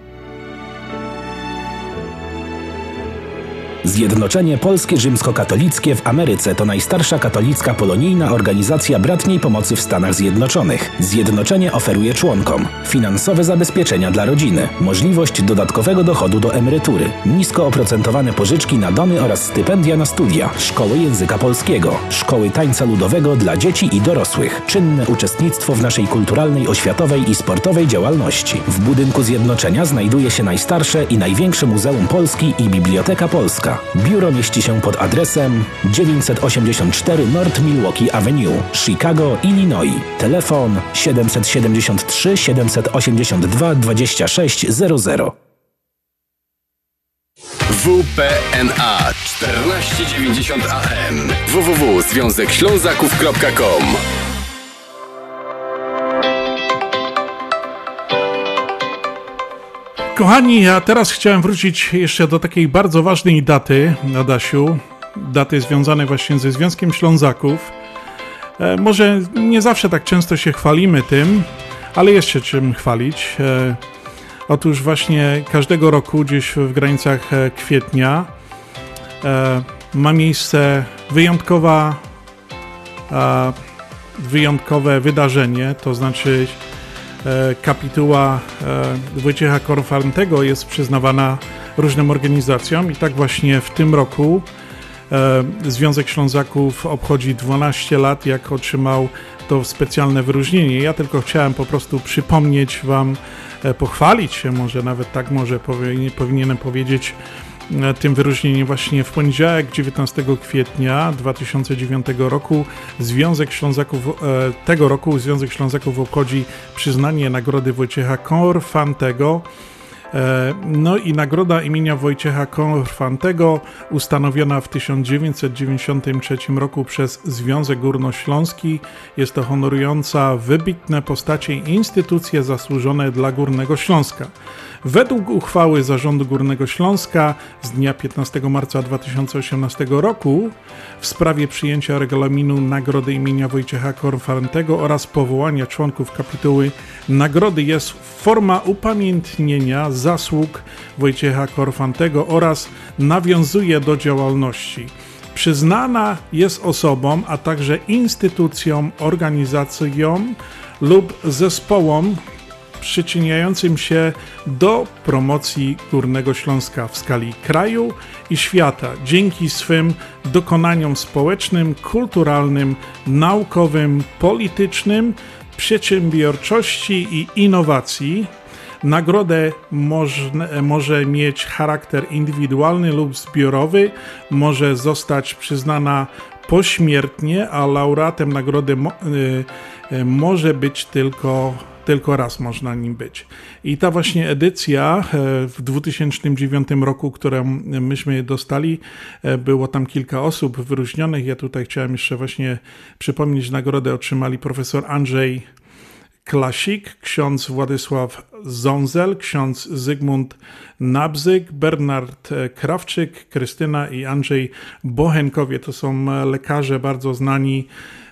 Zjednoczenie Polskie Rzymskokatolickie w Ameryce to najstarsza katolicka polonijna organizacja bratniej pomocy w Stanach Zjednoczonych. Zjednoczenie oferuje członkom finansowe zabezpieczenia dla rodziny, możliwość dodatkowego dochodu do emerytury, nisko oprocentowane pożyczki na domy oraz stypendia na studia, szkoły języka polskiego, szkoły tańca ludowego dla dzieci i dorosłych, czynne uczestnictwo w naszej kulturalnej, oświatowej i sportowej działalności. W budynku Zjednoczenia znajduje się najstarsze i największe Muzeum Polski i Biblioteka Polska. Biuro mieści się pod adresem dziewięćset osiemdziesiąt cztery North Milwaukee Avenue, Chicago, Illinois. Telefon siedem siedem trzy siedem osiem dwa dwa sześć zero zero. W P N A czternaście dziewięćdziesiąt A M w w w kropka związek ślązaków kropka com. Kochani, a teraz chciałem wrócić jeszcze do takiej bardzo ważnej daty, Adasiu, daty związanej właśnie ze Związkiem Ślązaków. E, może nie zawsze tak często się chwalimy tym, ale jest się czym chwalić. E, otóż właśnie każdego roku gdzieś w granicach kwietnia e, ma miejsce wyjątkowa, e, wyjątkowe wydarzenie, to znaczy kapituła Wojciecha Korfantego jest przyznawana różnym organizacjom i tak właśnie w tym roku Związek Ślązaków obchodzi dwanaście lat, jak otrzymał to specjalne wyróżnienie. Ja tylko chciałem po prostu przypomnieć Wam, pochwalić się, może nawet tak może powinienem powiedzieć, tym wyróżnieniem właśnie w poniedziałek, dziewiętnastego kwietnia dwa tysiące dziewiątego roku Związek Ślązaków, tego roku Związek Ślązaków obchodzi przyznanie Nagrody Wojciecha Korfantego. No i nagroda imienia Wojciecha Korfantego ustanowiona w tysiąc dziewięćset dziewięćdziesiątym trzecim roku przez Związek Górnośląski. Jest to honorująca wybitne postacie i instytucje zasłużone dla Górnego Śląska. Według uchwały Zarządu Górnego Śląska z dnia piętnastego marca dwa tysiące osiemnastego roku w sprawie przyjęcia regulaminu Nagrody imienia Wojciecha Korfantego oraz powołania członków kapituły nagrody jest forma upamiętnienia zasług Wojciecha Korfantego oraz nawiązuje do działalności. Przyznana jest osobom, a także instytucjom, organizacjom lub zespołom przyczyniającym się do promocji Górnego Śląska w skali kraju i świata dzięki swym dokonaniom społecznym, kulturalnym, naukowym, politycznym, przedsiębiorczości i innowacji. Nagrodę może, może mieć charakter indywidualny lub zbiorowy, może zostać przyznana pośmiertnie, a laureatem nagrody mo, y, może być tylko Tylko raz można nim być. I ta właśnie edycja w dwa tysiące dziewiątym roku, którą myśmy dostali, było tam kilka osób wyróżnionych. Ja tutaj chciałem jeszcze właśnie przypomnieć, nagrodę otrzymali profesor Andrzej Klasik, ksiądz Władysław Zązel, ksiądz Zygmunt Nabzyk, Bernard Krawczyk, Krystyna i Andrzej Bochenkowie. To są lekarze bardzo znani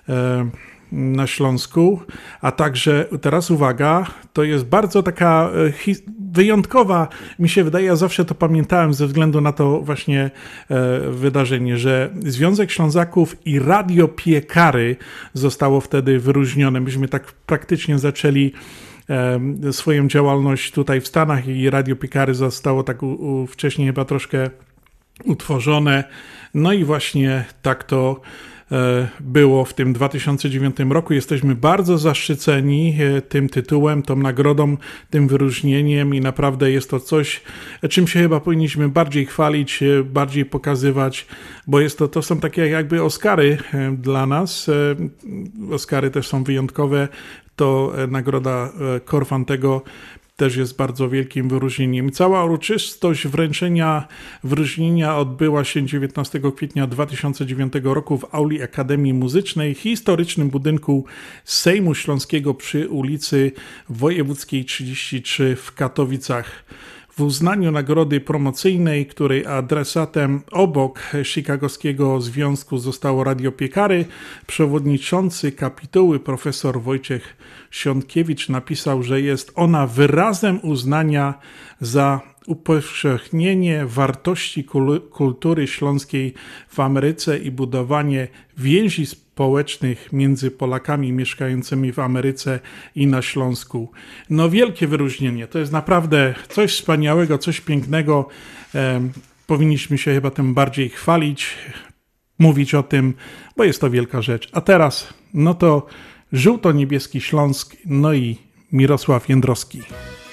na Śląsku, a także teraz uwaga, to jest bardzo taka wyjątkowa, mi się wydaje, ja zawsze to pamiętałem ze względu na to właśnie wydarzenie, że Związek Ślązaków i Radio Piekary zostało wtedy wyróżnione. Myśmy tak praktycznie zaczęli swoją działalność tutaj w Stanach i Radio Piekary zostało tak u, u, wcześniej chyba troszkę utworzone. No i właśnie tak to było w tym dwa tysiące dziewiątym roku. Jesteśmy bardzo zaszczyceni tym tytułem, tą nagrodą, tym wyróżnieniem i naprawdę jest to coś, czym się chyba powinniśmy bardziej chwalić, bardziej pokazywać, bo jest to, to są takie jakby Oscary dla nas. Oscary też są wyjątkowe. To nagroda Korfantego też jest bardzo wielkim wyróżnieniem. Cała uroczystość wręczenia wyróżnienia odbyła się dziewiętnastego kwietnia dwa tysiące dziewiątego roku w auli Akademii Muzycznej, historycznym budynku Sejmu Śląskiego przy ulicy Wojewódzkiej trzydzieści trzy w Katowicach. W uznaniu nagrody promocyjnej, której adresatem obok Chicagowskiego Związku zostało Radio Piekary, przewodniczący kapituły profesor Wojciech Siątkiewicz napisał, że jest ona wyrazem uznania za upowszechnienie wartości kultury śląskiej w Ameryce i budowanie więzi społecznych między Polakami mieszkającymi w Ameryce i na Śląsku. No wielkie wyróżnienie, to jest naprawdę coś wspaniałego, coś pięknego. E, powinniśmy się chyba tym bardziej chwalić, mówić o tym, bo jest to wielka rzecz. A teraz, no to żółto-niebieski Śląsk, no i Mirosław Jędrowski.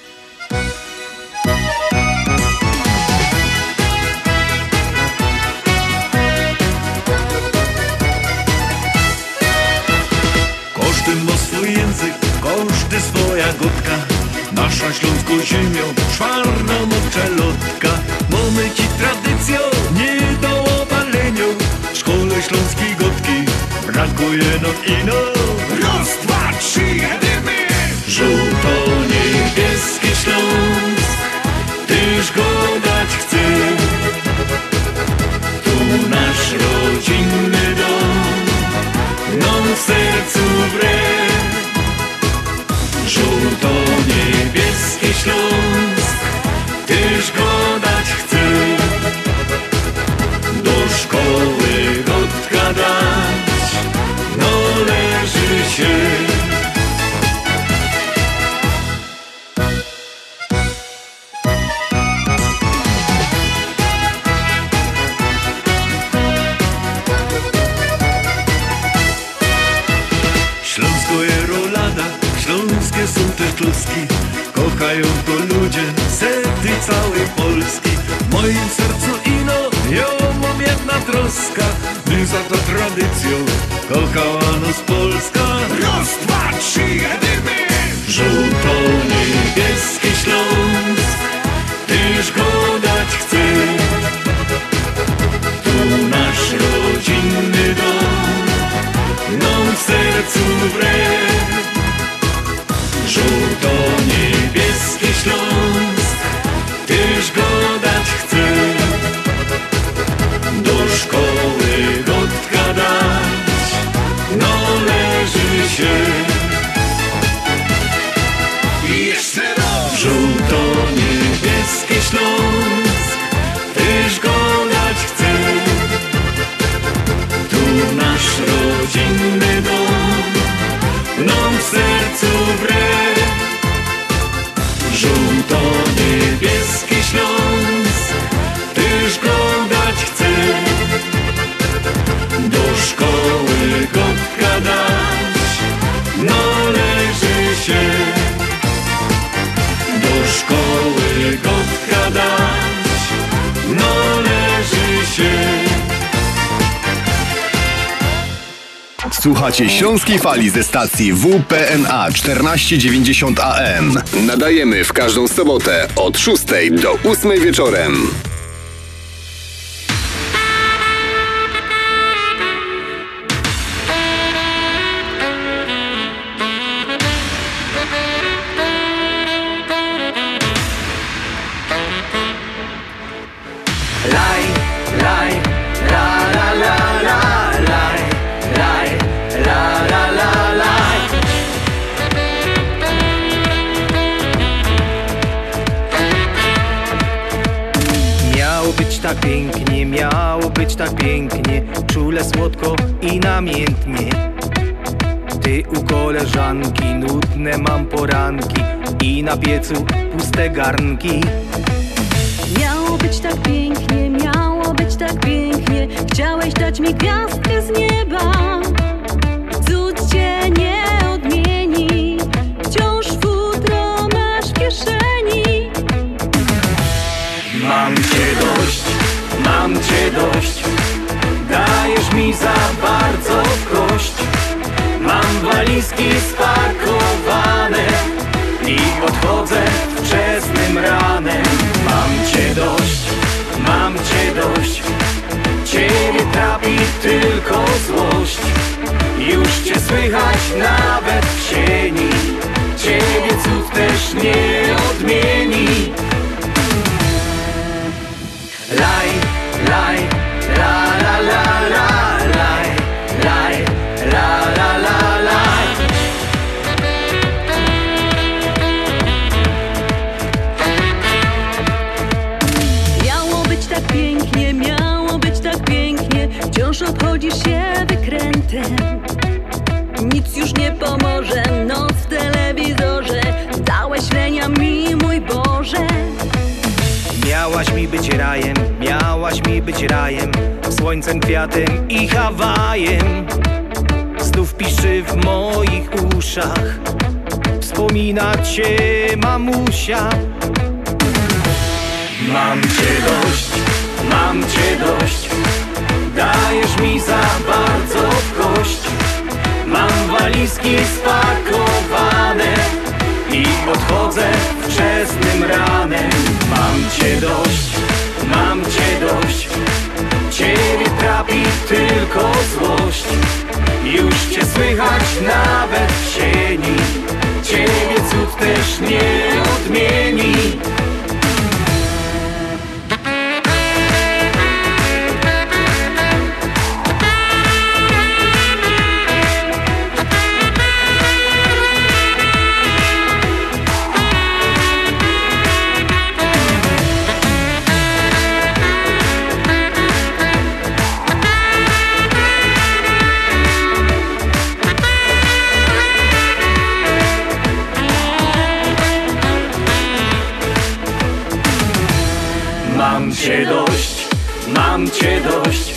Każdy ma swój język, każdy swoja gotka. Nasza śląską ziemią czwarna mowczelotka. Mamy ci tradycją, nie do obalenia. W szkole śląskiej gotki brakuje nam ino. Raz, dwa, trzy, jedymy! Żółto-niebieski Śląsk, tyż go dać chce. Tu nasz rodzinny dom, nam w sercu wre. Żółto-niebieski Śląsk, tyż go dać chce. Do szkoły gotka dać, należy się. Śląskie są te kluski, kochają to ludzie, sety całej Polski. W moim sercu ino, ja mam jedna troska, my za to tradycją, kochała nas Polska. Raz, dwa, trzy, jedymy! Żółto-niebieski Śląsk, tyż go dać chce. Tu nasz rodzinny dom, nam w sercu wre. Żółto-niebieski Śląsk, tyż go dać chce. Do szkoły gotka dać, należy się. I jeszcze raz! Żółto-niebieski Śląsk, tyż go dać chce. Tu nasz rodzinny dom, nam w sercu wre. Żółto-niebieski Śląsk, tyż go dać chce. Do szkoły gotka dać, należy się. Do szkoły gotka dać, należy się. Słuchacie Śląskiej Fali ze stacji W P N A czternaście dziewięćdziesiąt A M. Nadajemy w każdą sobotę od szóstej do ósmej wieczorem. tak pięknie, miało być tak pięknie, czule, słodko i namiętnie. Ty u koleżanki, nudne mam poranki i na piecu puste garnki. Miało być tak pięknie, miało być tak pięknie, chciałeś dać mi gwiazdkę z nieba. Cud cię nie odmieni, wciąż futro masz w kieszeni. Mam cię dość, mam cię dość, dajesz mi za bardzo w kość. Mam walizki spakowane i odchodzę wczesnym ranem. Mam cię dość, mam cię dość, ciebie trapi tylko złość. Już cię słychać nawet w sieni, ciebie cud też nie odmieni. Laj, laj, la la la la, laj, laj, la la la laj. Miało być tak pięknie, miało być tak pięknie, wciąż obchodzisz się wykrętem. Nic już nie pomoże, noc w telewizorze, dałeś lenia mi, mój Boże. Miałaś mi być rajem, miałaś mi być rajem, słońcem, kwiatem i Hawajem. Znów piszczy w moich uszach, wspomina cię mamusia. Mam cię dość, mam cię dość, dajesz mi za bardzo w kość. Mam walizki spakowane i odchodzę wczesnym ranem. Mam cię dość, mam cię dość, ciebie trapi tylko złość. Już cię słychać nawet w sieni, ciebie cud też nie odmieni. Mam cię dość, mam cię dość,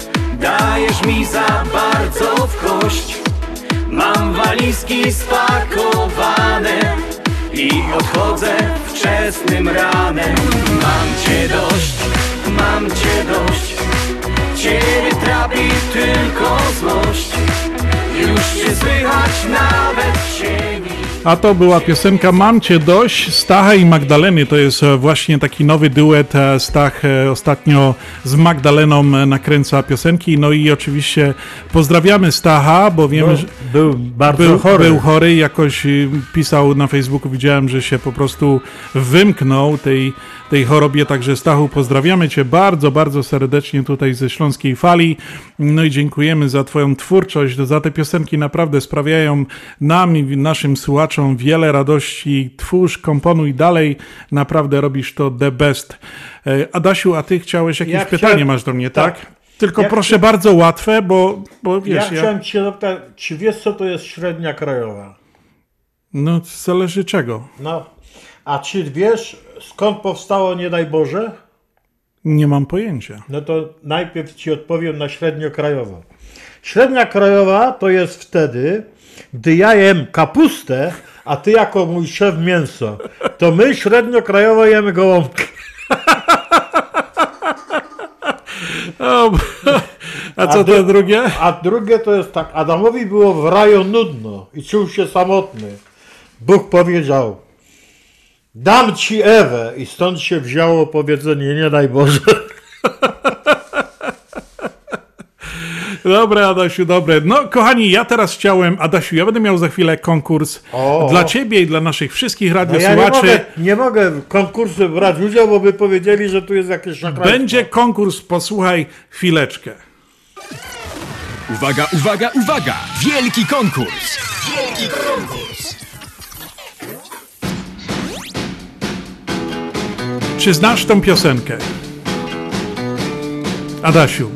dajesz mi za bardzo w kość. Mam walizki spakowane i odchodzę wczesnym ranem. Mam cię dość, mam cię dość, ciebie trapi tylko złość. Już cię słychać nawet w sieni. A to była piosenka Mam cię dość Stacha i Magdaleny. To jest właśnie taki nowy duet. Stach ostatnio z Magdaleną nakręca piosenki. No i oczywiście pozdrawiamy Stacha, bo wiemy, że był bardzo był, chory. Był chory, jakoś pisał na Facebooku, widziałem, że się po prostu wymknął tej, tej chorobie. Także Stachu, pozdrawiamy cię bardzo, bardzo serdecznie tutaj ze Śląskiej Fali. No i dziękujemy za twoją twórczość, za te piosenki naprawdę sprawiają nam i naszym słuchaczom wiele radości. Twórz, komponuj dalej, naprawdę robisz to the best. Adasiu, a ty chciałeś jakieś ja pytanie chciałem... masz do mnie, tak? tak? Tylko ja proszę chcia... bardzo łatwe, bo, bo wiesz... Ja chciałem ja... cię zapytać, czy wiesz, co to jest średnia krajowa? No, zależy czego. No, a czy wiesz, skąd powstało Nie daj Boże? Nie mam pojęcia. No to najpierw ci odpowiem na średniokrajową. Średnia krajowa to jest wtedy, gdy ja jem kapustę, a ty jako mój szef mięso, to my średniokrajowo jemy gołąbki. O, a co a to drugie? A drugie to jest tak, Adamowi było w raju nudno i czuł się samotny. Bóg powiedział, dam ci Ewę i stąd się wzięło powiedzenie nie daj Boże. Dobre, Adasiu, dobre. No, kochani, ja teraz chciałem, Adasiu, ja będę miał za chwilę konkurs o, dla ciebie i dla naszych wszystkich radiosłuchaczy. No ja nie mogę, nie mogę w konkursie brać udział, bo by powiedzieli, że tu jest jakieś nakręctwo. Będzie konkurs, posłuchaj chwileczkę. Uwaga, uwaga, uwaga! Wielki konkurs! Wielki konkurs! Czy znasz tą piosenkę? Adasiu.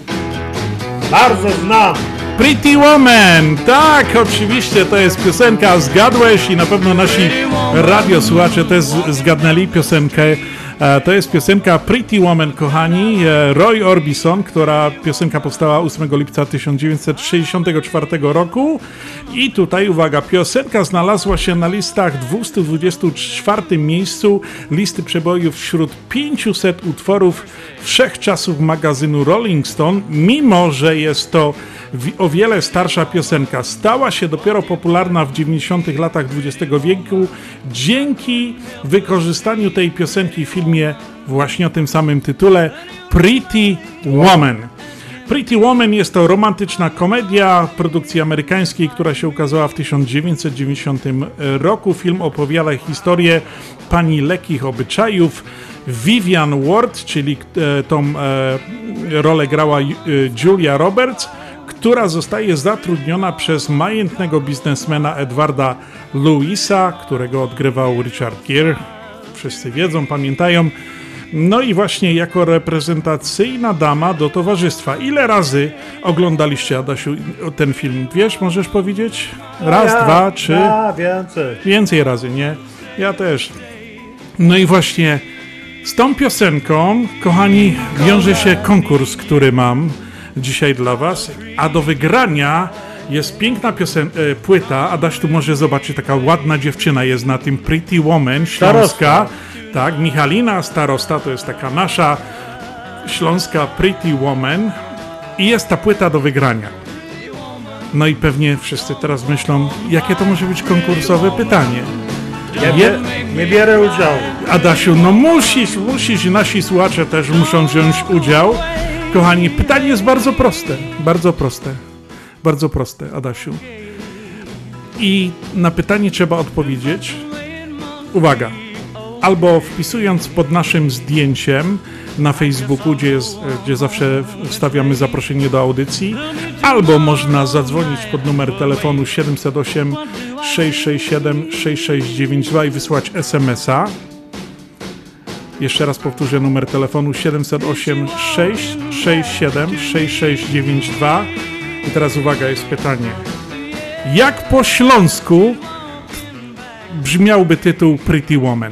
Bardzo znam. Pretty Woman, tak, oczywiście, to jest piosenka, zgadłeś i na pewno nasi radiosłuchacze też zgadnęli piosenkę. To jest piosenka Pretty Woman, kochani, Roy Orbison, która piosenka powstała ósmego lipca tysiąc dziewięćset sześćdziesiątego czwartego roku i tutaj, uwaga, piosenka znalazła się na listach dwieście dwudziestym czwartym miejscu listy przebojów wśród pięciuset utworów wszechczasów magazynu Rolling Stone, mimo że jest to o wiele starsza piosenka. Stała się dopiero popularna w dziewięćdziesiątych latach dwudziestego wieku dzięki wykorzystaniu tej piosenki w filmie właśnie o tym samym tytule Pretty Woman. Pretty Woman jest to romantyczna komedia produkcji amerykańskiej, która się ukazała w tysiąc dziewięćset dziewięćdziesiątym roku. Film opowiada historię pani lekkich obyczajów Vivian Ward, czyli e, tą e, rolę grała e, Julia Roberts, która zostaje zatrudniona przez majętnego biznesmena Edwarda Lewisa, którego odgrywał Richard Gere. Wszyscy wiedzą, pamiętają. No i właśnie jako reprezentacyjna dama do towarzystwa. Ile razy oglądaliście, Adasiu, ten film? Wiesz, możesz powiedzieć? Raz, ja, dwa, trzy? Ja, więcej. Więcej razy, nie? Ja też. No i właśnie z tą piosenką, kochani, wiąże się konkurs, który mam dzisiaj dla was, a do wygrania jest piękna piosen- e, płyta. Adaś tu może zobaczyć, taka ładna dziewczyna jest na tym, Pretty Woman, śląska. Starosta. Tak, Michalina Starosta, to jest taka nasza śląska Pretty Woman i jest ta płyta do wygrania. No i pewnie wszyscy teraz myślą, jakie to może być konkursowe pytanie. Nie, nie, nie bierę udziału. Adasiu, no musisz, musisz i nasi słuchacze też muszą wziąć udział. Kochani, pytanie jest bardzo proste, bardzo proste, bardzo proste, Adasiu. I na pytanie trzeba odpowiedzieć, uwaga, albo wpisując pod naszym zdjęciem na Facebooku, gdzie, jest, gdzie zawsze wstawiamy zaproszenie do audycji, albo można zadzwonić pod numer telefonu siedem zero osiem sześć sześć siedem sześć sześć dziewięć dwa i wysłać es em es a. Jeszcze raz powtórzę numer telefonu siedem zero osiem sześć sześć siedem sześć sześć dziewięć dwa. I teraz uwaga, jest pytanie. Jak po śląsku brzmiałby tytuł Pretty Woman?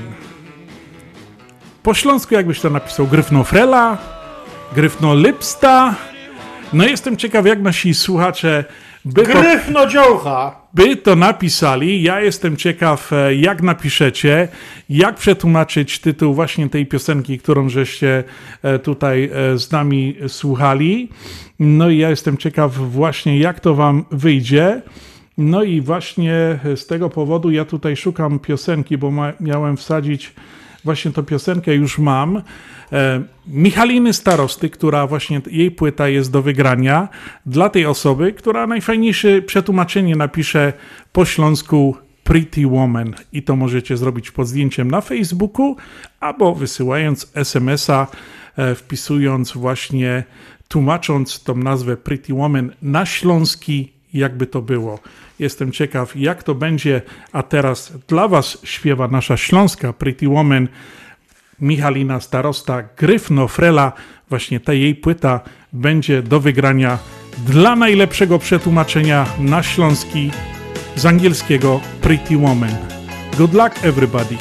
Po śląsku jakbyś to napisał? Gryfnofrela? Gryfnolipsta? No jestem ciekaw, jak nasi słuchacze by to, Gryfnodziołcha! by to napisali. Ja jestem ciekaw, jak napiszecie, jak przetłumaczyć tytuł właśnie tej piosenki, którą żeście tutaj z nami słuchali. No i ja jestem ciekaw właśnie, jak to wam wyjdzie. No i właśnie z tego powodu ja tutaj szukam piosenki, bo ma, miałem wsadzić właśnie tą piosenkę, już mam. E, Michaliny Starosty, która właśnie, jej płyta jest do wygrania dla tej osoby, która najfajniejsze przetłumaczenie napisze po śląsku Pretty Woman. I to możecie zrobić pod zdjęciem na Facebooku, albo wysyłając es em es a, e, wpisując właśnie, tłumacząc tą nazwę Pretty Woman na śląski, jakby to było. Jestem ciekaw, jak to będzie, a teraz dla was śpiewa nasza śląska Pretty Woman, Michalina Starosta, Gryfnofrela. Właśnie ta jej płyta będzie do wygrania dla najlepszego przetłumaczenia na śląski z angielskiego Pretty Woman. Good luck everybody!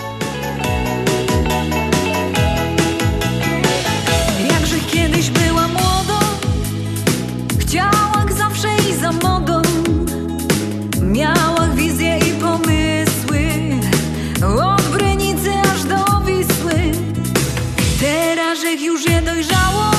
Jakże kiedyś była młoda, chciała jak zawsze i za modą. Miała wizje i pomysły, od Brynicy aż do Wisły. Teraz ich już je dojrzało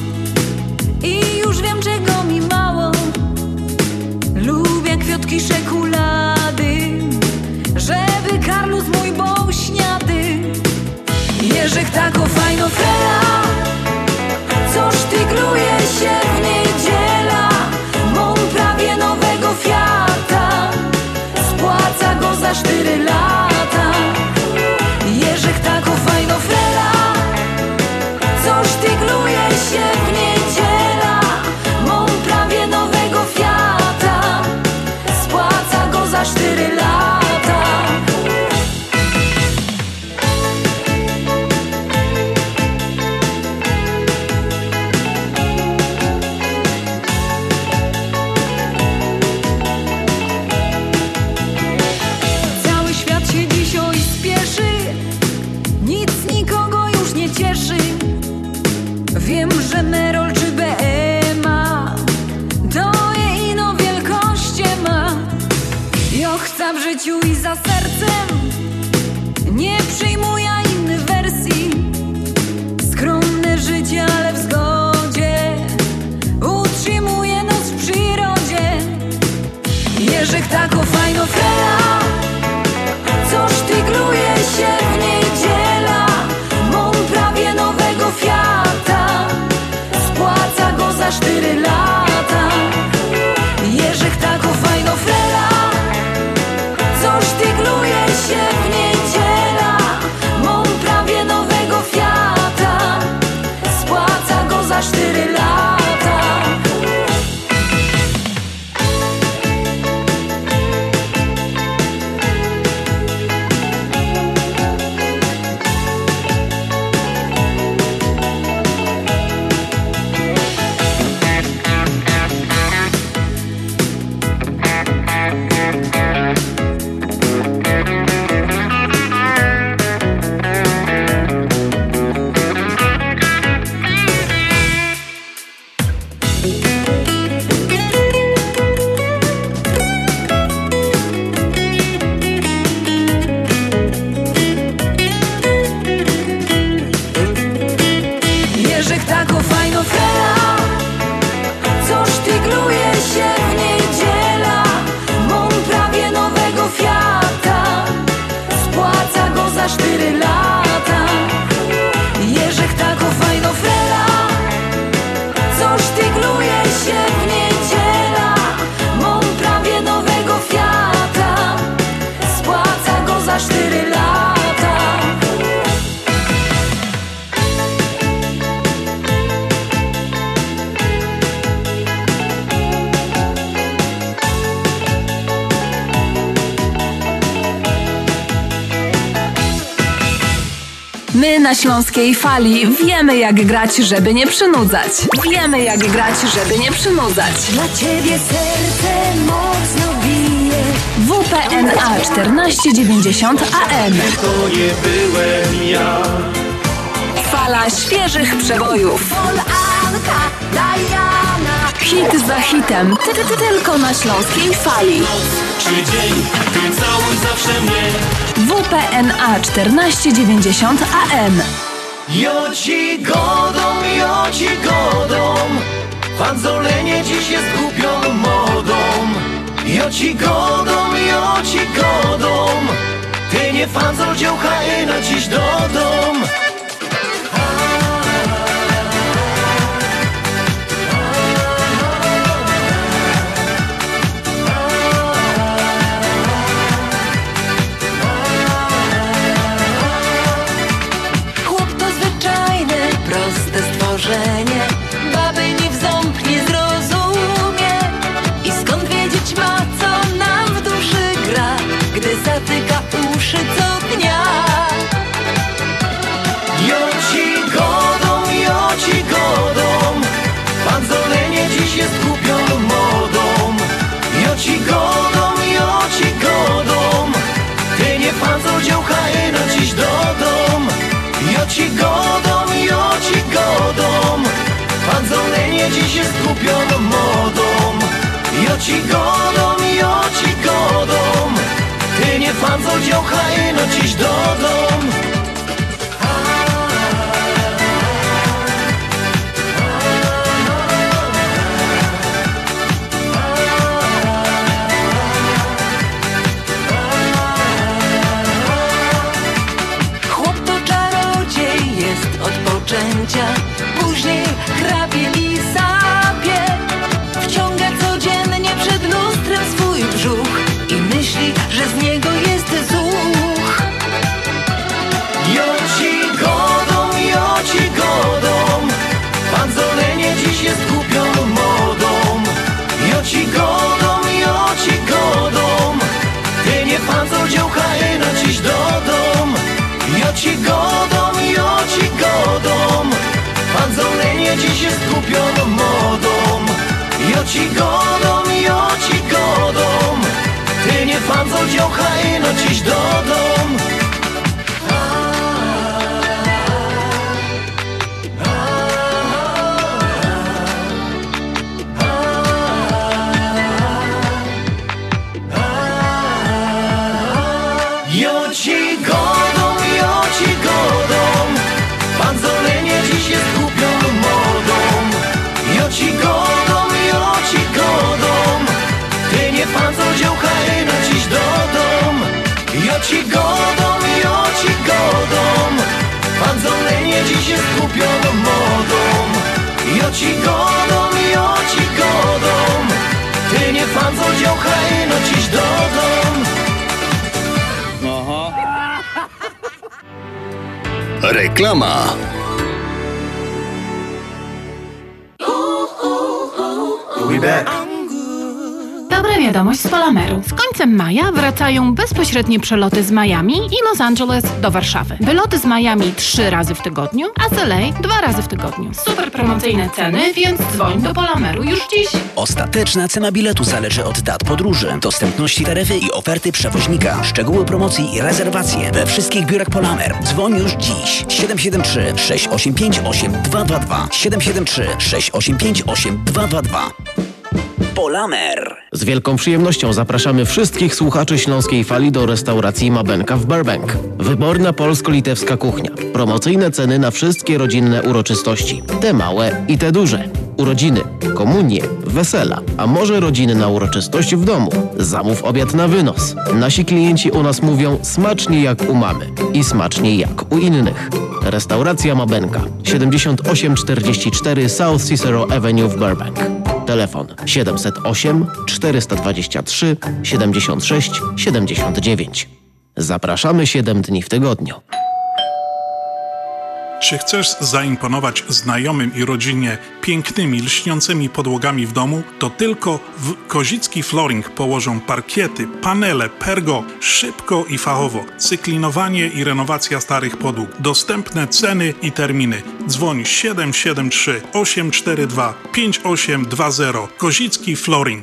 i już wiem, czego mi mało. Lubię kwiatki, szekulady, żeby Karlus mój był śniady. Jerzych tako fajno frela, coż tygruje się w niedziela. Mam prawie nowego Fiata, spłaca go za cztery lata. Jerzych tako fajno frela, coż tygruje się w niedziela. Mam prawie nowego Fiata, spłaca go za cztery lata. życiu i za sercem. Nie przyjmuję innych wersji. Skromne życie, ale w zgodzie. Utrzymuje nas w przyrodzie. Jerzych tako fajno frela, co sztygluje się w niedziela. Mam prawie nowego Fiata, spłaca go za cztery lata. Jerzych tako fajno frela, co sztygluje się w niedziela. Mam prawie nowego Fiata, spłaca go za cztery lata. Jerzych tako fajno frela, co sztygluje się w niedziela. Mam prawie nowego Fiata, spłaca go za cztery lata. Jerzych tako fajno frela, co sztygluje się w niedziela. Mam prawie nowego Fiata, spłaca go za cztery lata. My na Śląskiej Fali wiemy, jak grać, żeby nie przynudzać. Wiemy, jak grać, żeby nie przynudzać. Dla ciebie serce mocno bije. W P N A czternaście dziewięćdziesiąt A M. To nie byłem ja. Fala świeżych przebojów. Anka, Diana. Hit za hitem. Ty, ty, ty, tylko na Śląskiej Fali. Czy dzień, ty całuj zawsze mnie. W P N A czternaście dziewięćdziesiąt A M. Jo ci godą, jo ci godą. Fanzolenie dziś jest głupią modą. Jo ci godą, jo ci godą. Ty nie fanzol dziołcha i na dziś do dom. Proste stworzenie, baby ni w ząb nie zrozumie. I skąd wiedzieć ma, co nam w duszy gra, gdy zatyka uszy co dnia. Jo ci godą, jo ci godą. Fanzolenie dziś jest głupią modą. Jo ci godą, jo ci godą. Ty nie fanzol dziołcha i na dziś do dom. Jo ci godą, jo ci godą. Fanzolenie dziś jest głupią modą. Jo ci godą, jo ci godą. Ty nie fanzol dziołcha i na dziś do dom. Później chrapie i sapie. Wciąga codziennie przed lustrem swój brzuch i myśli, że z niego jest zuch. Jo ci godą, jo ci godą. Fanzolenie dziś jest głupią modą. Jo ci godą, jo ci godą. Ty nie fanzol dziołcha i na dziś do dom. Jo ci godą, jo ci godą. Fanzolenie dziś jest głupią modą. Jo ci godą, jo ci godą. Ty nie fanzol dziołcha i na dziś do dom. się skupioną modą. Jo ci godą, jo ci godą, ty nie fan co dziołchaj, no dziś dodom. Aha. Reklama. We back. Dobra wiadomość z Polameru. Z końcem maja wracają bezpośrednie przeloty z Miami i Los Angeles do Warszawy. Wyloty z Miami trzy razy w tygodniu, a z L A dwa razy w tygodniu. Super promocyjne ceny, więc dzwoń do Polameru już dziś. Ostateczna cena biletu zależy od dat podróży, dostępności taryfy i oferty przewoźnika. Szczegóły promocji i rezerwacje we wszystkich biurach Polamer. Dzwoń już dziś. siedem siedem trzy sześć osiem pięć osiem dwa dwa dwa. siedem siedem trzy sześć osiem pięć osiem dwa dwa dwa. Polamer. Z wielką przyjemnością zapraszamy wszystkich słuchaczy Śląskiej Fali do restauracji Mabenka w Burbank. Wyborna polsko-litewska kuchnia. Promocyjne ceny na wszystkie rodzinne uroczystości. Te małe i te duże. Urodziny, komunie, wesela, a może rodziny na uroczystość w domu. Zamów obiad na wynos. Nasi klienci u nas mówią smacznie jak u mamy i smacznie jak u innych. Restauracja Mabenka, siedemdziesiąt osiem czterdzieści cztery South Cicero Avenue w Burbank. Telefon siedem zero osiem czterysta dwadzieścia trzy siedemdziesiąt sześć siedemdziesiąt dziewięć. Zapraszamy siedem dni w tygodniu. Czy chcesz zaimponować znajomym i rodzinie pięknymi, lśniącymi podłogami w domu? To tylko w Kozicki Flooring położą parkiety, panele, pergo, szybko i fachowo. Cyklinowanie i renowacja starych podłóg. Dostępne ceny i terminy. Dzwoń siedem siedem trzy osiem cztery dwa pięć osiem dwa zero. Kozicki Flooring.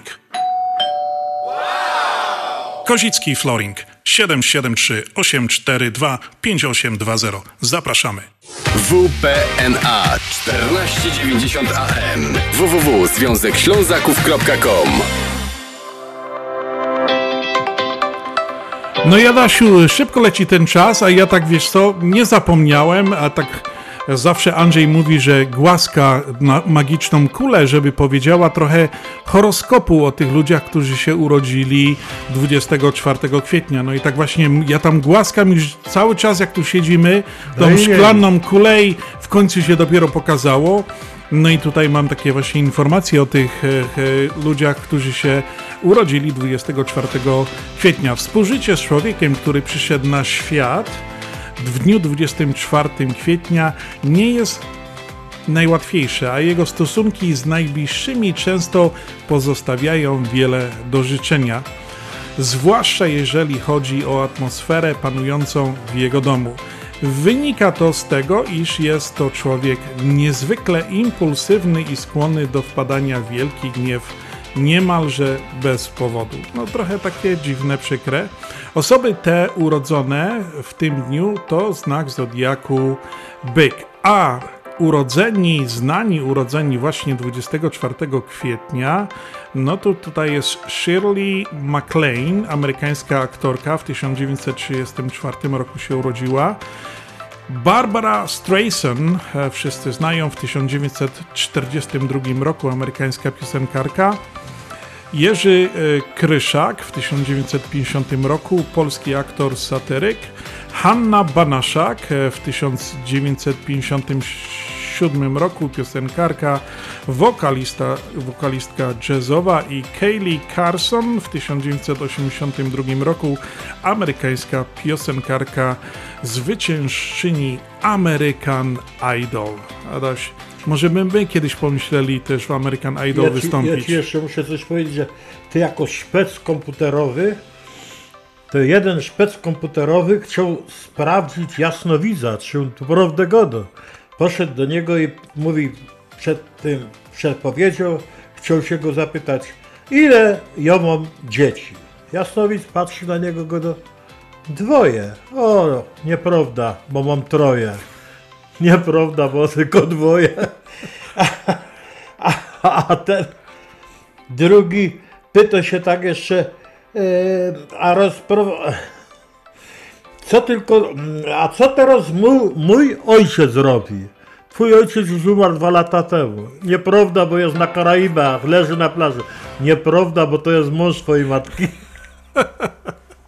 Kozicki Flooring siedem siedem trzy osiem cztery dwa pięć osiem dwa zero. Zapraszamy. W P N A czternaście dziewięćdziesiąt A M w w w kropka związek ślązaków kropka com. No Jadasiu, szybko leci ten czas, a ja tak, wiesz co, nie zapomniałem, a tak zawsze Andrzej mówi, że głaska na magiczną kulę, żeby powiedziała trochę horoskopu o tych ludziach, którzy się urodzili dwudziestego czwartego kwietnia. No i tak właśnie ja tam głaskam już cały czas, jak tu siedzimy, tą No i szklaną kulę i w końcu się dopiero pokazało. No i tutaj mam takie właśnie informacje o tych e, e, ludziach, którzy się urodzili dwudziestego czwartego kwietnia. Współżycie z człowiekiem, który przyszedł na świat w dniu dwudziestego czwartego kwietnia nie jest najłatwiejsze, a jego stosunki z najbliższymi często pozostawiają wiele do życzenia, zwłaszcza jeżeli chodzi o atmosferę panującą w jego domu. Wynika to z tego, iż jest to człowiek niezwykle impulsywny i skłonny do wpadania w wielki gniew niemalże bez powodu. No trochę takie dziwne, przykre. Osoby te urodzone w tym dniu to znak zodiaku byk, a urodzeni, znani urodzeni właśnie dwudziestego czwartego kwietnia, no to tutaj jest Shirley MacLaine, amerykańska aktorka, w tysiąc dziewięćset trzydziestym czwartym roku się urodziła. Barbara Streisand, wszyscy znają, w tysiąc dziewięćset czterdziestym drugim roku, amerykańska piosenkarka. Jerzy Kryszak w tysiąc dziewięćset pięćdziesiątym roku, polski aktor, satyryk. Hanna Banaszak w tysiąc dziewięćset pięćdziesiątym siódmym roku, piosenkarka, wokalista, wokalistka jazzowa, i Kaylee Carson w tysiąc dziewięćset osiemdziesiątym drugim roku, amerykańska piosenkarka, zwyciężczyni American Idol. Adaś, może my, my kiedyś pomyśleli też w American Idol ja ci, wystąpić. Ja ci jeszcze muszę coś powiedzieć, że ty jako szpec komputerowy, to jeden szpec komputerowy chciał sprawdzić jasnowidza, czy on tu prawdę gada. Poszedł do niego i mówi, przed tym przepowiedzią, chciał się go zapytać, ile ja mam dzieci. Jasnowidz patrzy na niego, go do dwoje. O, nieprawda, bo mam troje. Nieprawda, bo tylko dwoje. A, a, a ten drugi pyta się tak jeszcze, yy, a rozpro... Co tylko, a co teraz mój, mój ojciec robi? Twój ojciec już umarł dwa lata temu. Nieprawda, bo jest na Karaibach, leży na plaży. Nieprawda, bo to jest mąż twojej matki.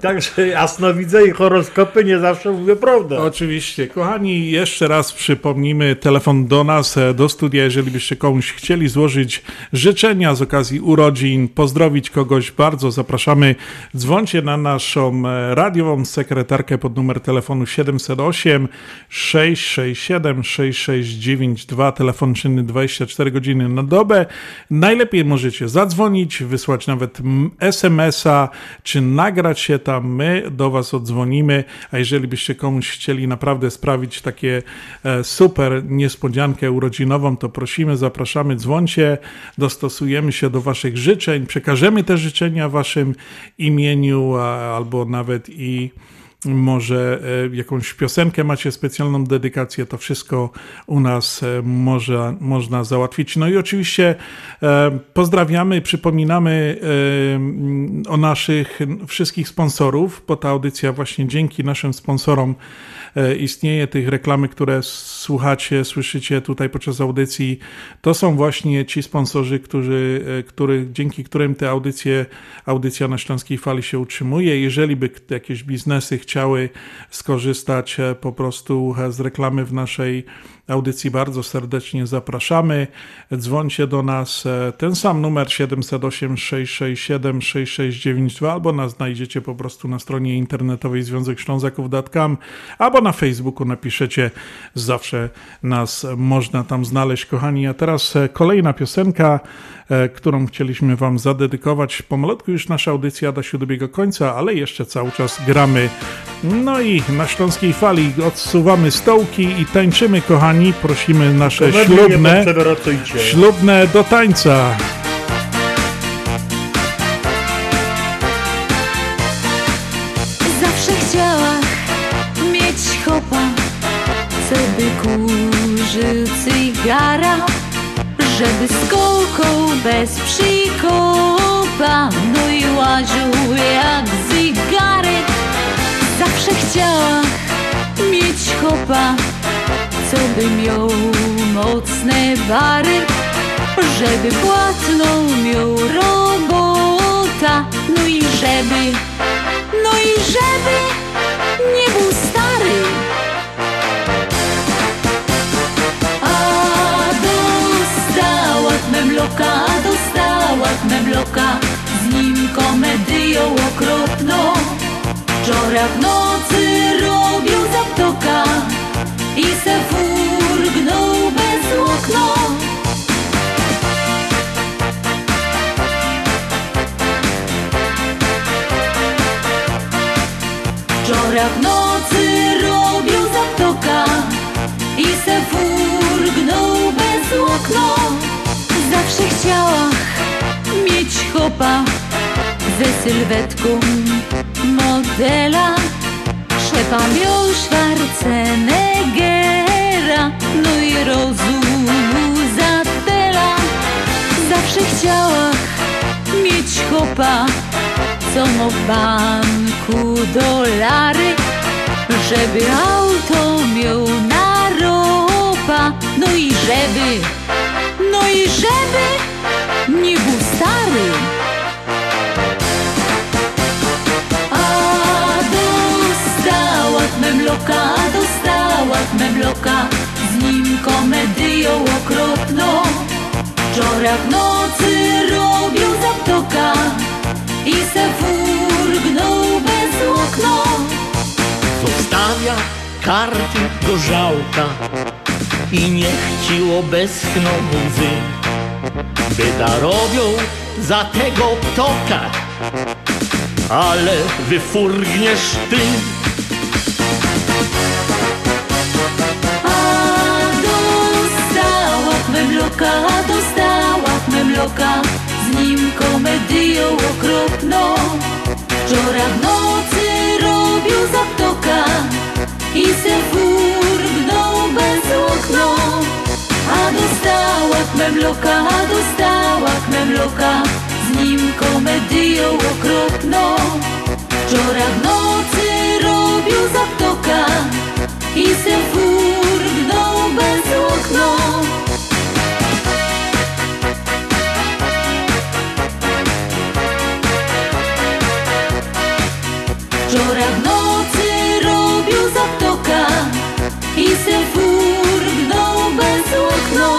Także jasnowidze i horoskopy nie zawsze mówię prawdę. Oczywiście. Kochani, jeszcze raz przypomnimy telefon do nas, do studia, jeżeli byście komuś chcieli złożyć życzenia z okazji urodzin, pozdrowić kogoś, bardzo zapraszamy. Dzwońcie na naszą radiową sekretarkę pod numer telefonu siedem zero osiem, sześć sześć siedem, sześć sześć dziewięć dwa, telefon czynny dwadzieścia cztery godziny na dobę. Najlepiej możecie zadzwonić, wysłać nawet es em es a, czy nagrać się tam, my do was odzwonimy, a jeżeli byście komuś chcieli naprawdę sprawić takie e, super niespodziankę urodzinową, to prosimy, zapraszamy, dzwońcie, dostosujemy się do waszych życzeń, przekażemy te życzenia w waszym imieniu, a, albo nawet i może e, jakąś piosenkę macie, specjalną dedykację, to wszystko u nas e, może, można załatwić. No i oczywiście e, pozdrawiamy, przypominamy e, o naszych wszystkich sponsorów, bo ta audycja właśnie dzięki naszym sponsorom e, istnieje. Tych reklamy, które słuchacie, słyszycie tutaj podczas audycji, to są właśnie ci sponsorzy, którzy, e, których, dzięki którym te audycje, audycja na Śląskiej Fali się utrzymuje. Jeżeli by jakieś biznesy chciały chciały skorzystać po prostu z reklamy w naszej audycji, bardzo serdecznie zapraszamy. Dzwońcie do nas, ten sam numer siedem zero osiem, sześć sześć siedem, sześć sześć dziewięć dwa, albo nas znajdziecie po prostu na stronie internetowej związek ślązaków kropka com, albo na Facebooku napiszecie, zawsze nas można tam znaleźć, kochani. A teraz kolejna piosenka, którą chcieliśmy wam zadedykować. Pomalutku już nasza audycja da się dobiega końca, ale jeszcze cały czas gramy. No i na Śląskiej Fali odsuwamy stołki i tańczymy, kochani. Prosimy nasze ślubne, ślubne do tańca. Zawsze chciała mieć chopa, co by kurzył cygara, żeby z kołką bez przykopa, no i łaził jak zygarek. Zawsze chciała mieć chopa, co by miał mocne bary, żeby płatną miał robota, no i żeby, no i żeby nie był stary. A dostała memloka, dostała memloka, z nim komedią okropną. Wczoraj w nocy robił zaptoka i se furgnął bez okna. Wczoraj w nocy robił zaptoka i se furgnął bez okna. Zawsze chciała mieć chopa ze sylwetką modela, szefa miał Schwarzeneggera, no i rozumu zatela. Zawsze chciała mieć chopa, co ma w banku dolary, żeby auto miał na ropa, no i żeby, no i żeby nie był stary. Memloka, dostała memloka, z nim komedią okropną. Wczoraj w nocy robił zaptoka i se furgnął bez okna. Zostawia karty gorzałka i niech ci obecną łzy, bieda robią za tego ptoka, ale wyfurgniesz ty. Memloka, dostała memloka, z nim komedią okropną. Wczoraj w nocy robił zaptoka i se furgnął bez okna. A dostała memloka, dostała memloka, z nim komedią okropną. Wczoraj w nocy robił zaptoka i se furgnął bez okna. Wczoraj w nocy robił zaptoka i se furgnął bez okno.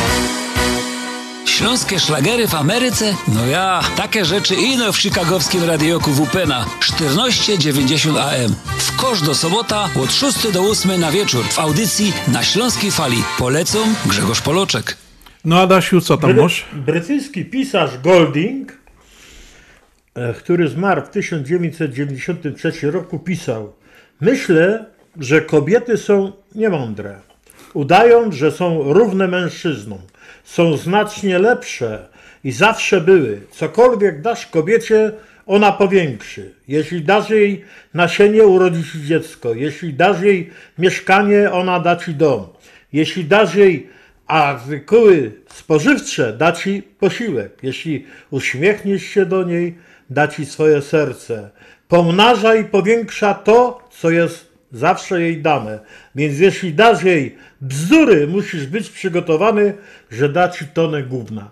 Śląskie szlagery w Ameryce? No ja, takie rzeczy ino w chicagowskim radioku W P na czternaście dziewięćdziesiąt A M. W kosz do sobota od szóstej do ósmej na wieczór w audycji na Śląskiej Fali. Polecą Grzegorz Poloczek. No Adasiu, co tam Bry- masz? Brytyjski pisarz Golding, e, który zmarł w tysiąc dziewięćset dziewięćdziesiątym trzecim roku, pisał: myślę, że kobiety są niemądre. Udają, że są równe mężczyznom. Są znacznie lepsze i zawsze były. Cokolwiek dasz kobiecie, ona powiększy. Jeśli dasz jej nasienie, urodzi ci dziecko. Jeśli dasz jej mieszkanie, ona da ci dom. Jeśli dasz jej artykuły spożywcze, da ci posiłek. Jeśli uśmiechniesz się do niej, da ci swoje serce. Pomnaża i powiększa to, co jest zawsze jej dane. Więc jeśli dasz jej bzdury, musisz być przygotowany, że da ci tonę gówna.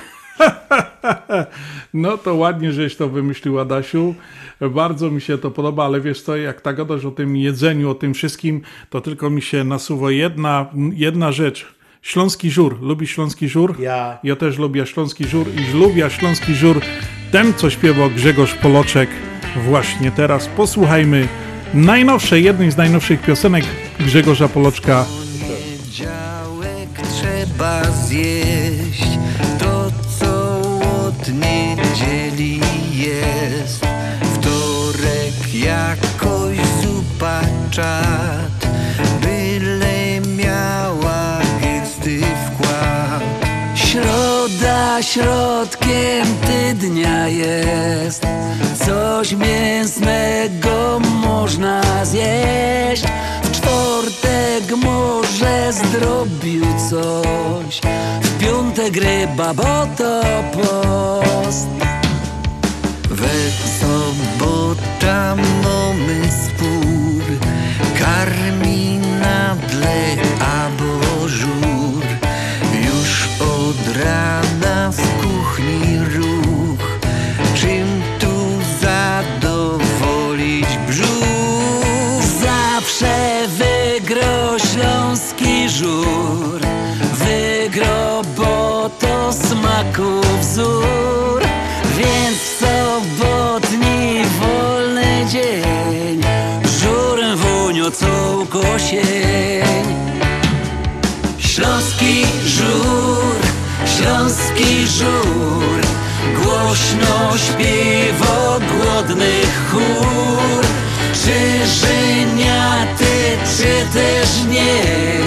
No to ładnie, żeś to wymyślił, Adasiu. Bardzo mi się to podoba, ale wiesz co, jak tak gadasz o tym jedzeniu, o tym wszystkim, to tylko mi się nasuwa jedna, jedna rzecz. Śląski żur. Lubisz śląski żur? Ja. Ja też lubię śląski żur i lubię śląski żur. Tem, co śpiewał Grzegorz Poloczek właśnie teraz. Posłuchajmy najnowszej, jednej z najnowszych piosenek Grzegorza Poloczka. Poniedziałek trzeba zjeść to, co od niedzieli jest. Wtorek jakoś zupa czad, byle miała gęsty wkład. Środa środkiem tydnia jest, coś mięsnego można zjeść. W czwartek może zdrobił coś, w piątek ryba, bo to post. We sobota mamy spór, karmi nadle albo żur. Już od rana w kuchni ruch, czym tu zadowolić brzuch? Zawsze wygro śląski żur, wygro, bo to smaku wzór. Więc w sobotni wolny dzień żurem woniocą kosień. Śląski żur, śląski żur, głośno śpiewa głodnych chór. Czy żeniaty, czy też nie,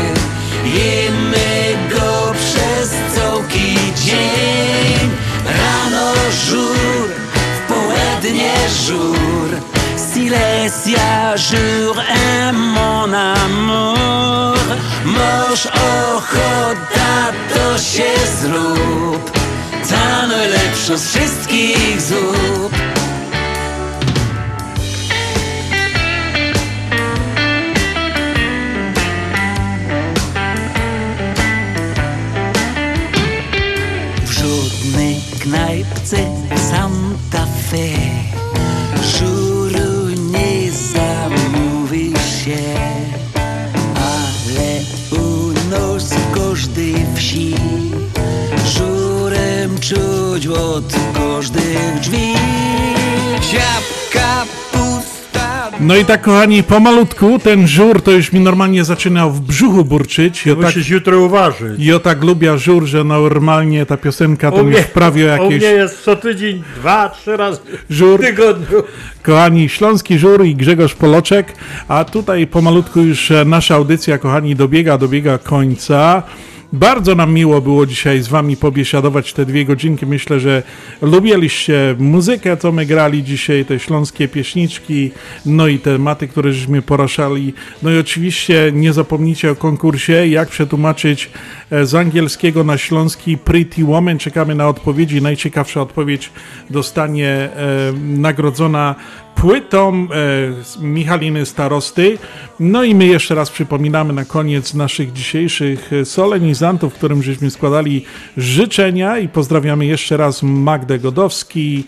jemy go przez całki dzień. Rano żur, w południe żur, Silesia żur et mon amour. Moż ochota, to się zrób, ta najlepsza z wszystkich zup. W żadnej knajpce Santa Fe żuru nie zamówisz się, ale u nas w każdej wsi żurem czuć od każdych drzwi. Ziapka pusta. No i tak, kochani, pomalutku ten żur to już mi normalnie zaczynał w brzuchu burczyć. Ja Musisz tak, jutro uważać. ja tak lubię żur, że normalnie ta piosenka to U już mnie, prawie u jakieś... mnie jest co tydzień, dwa, trzy razy Żur. w tygodniu. Kochani, Śląski Żur i Grzegorz Poloczek, a tutaj pomalutku już nasza audycja, kochani, dobiega, dobiega końca. Bardzo nam miło było dzisiaj z wami pobiesiadować te dwie godzinki. Myślę, że lubiliście muzykę, co my grali dzisiaj, te śląskie pieśniczki, no i tematy, które żeśmy poruszali. No i oczywiście nie zapomnijcie o konkursie, jak przetłumaczyć z angielskiego na śląski Pretty Woman. Czekamy na odpowiedzi. Najciekawsza odpowiedź dostanie e, nagrodzona płytą e, Michaliny Starosty. No i my jeszcze raz przypominamy na koniec naszych dzisiejszych solenizantów, którym żeśmy składali życzenia i pozdrawiamy jeszcze raz Magdę Godowski,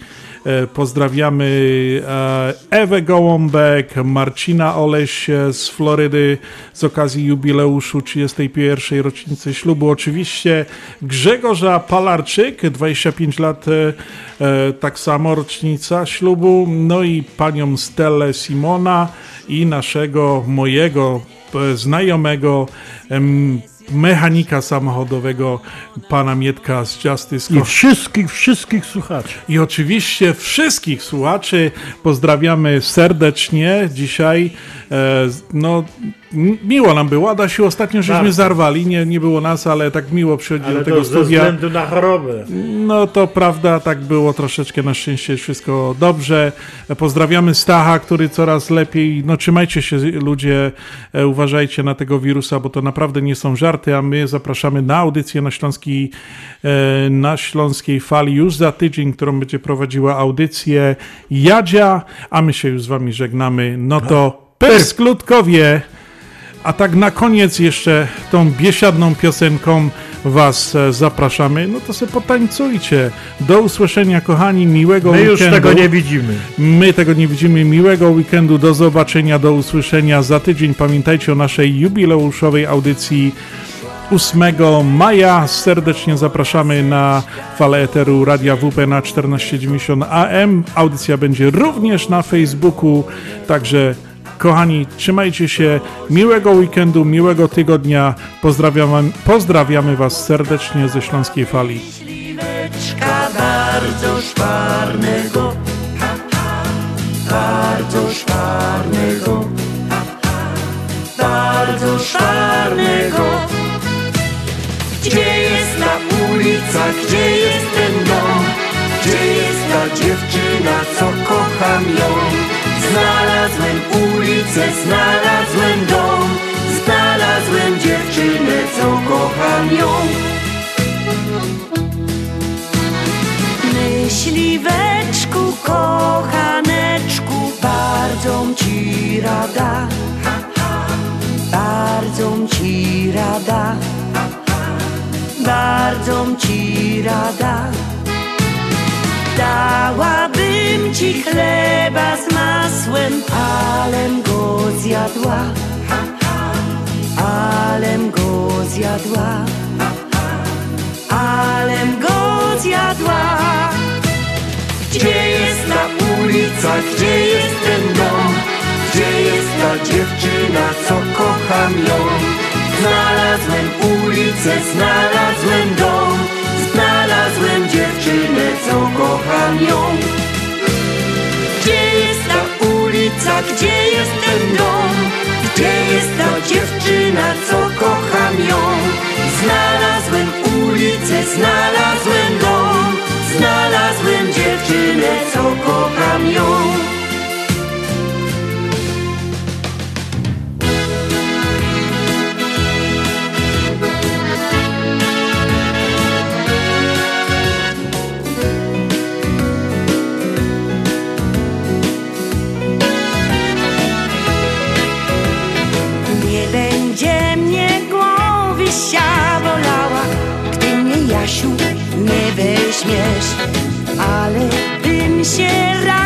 Pozdrawiamy Ewę Gołąbek, Marcina Oleś z Florydy z okazji jubileuszu trzydziestej pierwszej rocznicy ślubu. Oczywiście Grzegorza Palarczyk, dwadzieścia pięć lat, tak samo rocznica ślubu. No i panią Stellę Simona i naszego, mojego znajomego mechanika samochodowego, pana Mietka z Justice. I wszystkich, wszystkich słuchaczy. I oczywiście wszystkich słuchaczy pozdrawiamy serdecznie dzisiaj. E, no, miło nam było. Adasiu, ostatnio żeśmy Bardzo. zarwali, nie, nie było nas, ale tak miło przychodzi ale do tego to studia. Ze względu na chorobę. No to prawda, tak było troszeczkę, na szczęście jest wszystko dobrze. Pozdrawiamy Stacha, który coraz lepiej, no trzymajcie się ludzie, e, uważajcie na tego wirusa, bo to naprawdę nie są żarty, a my zapraszamy na audycję na Śląskiej, e, na Śląskiej Fali już za tydzień, którą będzie prowadziła audycję Jadzia, a my się już z wami żegnamy. No to Persklutkowie. A tak na koniec jeszcze tą biesiadną piosenką was zapraszamy. No to sobie potańcujcie. Do usłyszenia, kochani, miłego My weekendu. już tego nie widzimy. My tego nie widzimy. Miłego weekendu. Do zobaczenia, do usłyszenia za tydzień. Pamiętajcie o naszej jubileuszowej audycji ósmego maja. Serdecznie zapraszamy na falę eteru Radia W P na czternaście dziewięćdziesiąt A M. Audycja będzie również na Facebooku, także kochani, trzymajcie się, miłego weekendu, miłego tygodnia, pozdrawiamy, pozdrawiamy was serdecznie ze Śląskiej Fali. Myśliweczka bardzo szwarnego, bardzo szwarnego, bardzo szwarnego. Gdzie jest ta ulica, gdzie jest ten dom, gdzie jest ta dziewczyna, co kocham ją? Znalazłem ulicę, znalazłem dom, znalazłem dziewczynę, co kocham ją. Myśliweczku, kochaneczku, bardzo ci rada, bardzo ci rada, bardzo ci rada. Dałabym ci chleba z masłem, alem go zjadła, alem go zjadła, alem go zjadła. Gdzie jest ta ulica, gdzie jest ten dom, gdzie jest ta dziewczyna, co kocham ją? Znalazłem ulicę, znalazłem dom, znalazłem dziewczynę, co kocham ją. Gdzie jest ta ulica, gdzie jest ten dom, gdzie jest ta dziewczyna, co kocham ją? Znalazłem ulicę, znalazłem dom, znalazłem dziewczynę, co kocham ją. Nie weźmiesz, ale bym się raz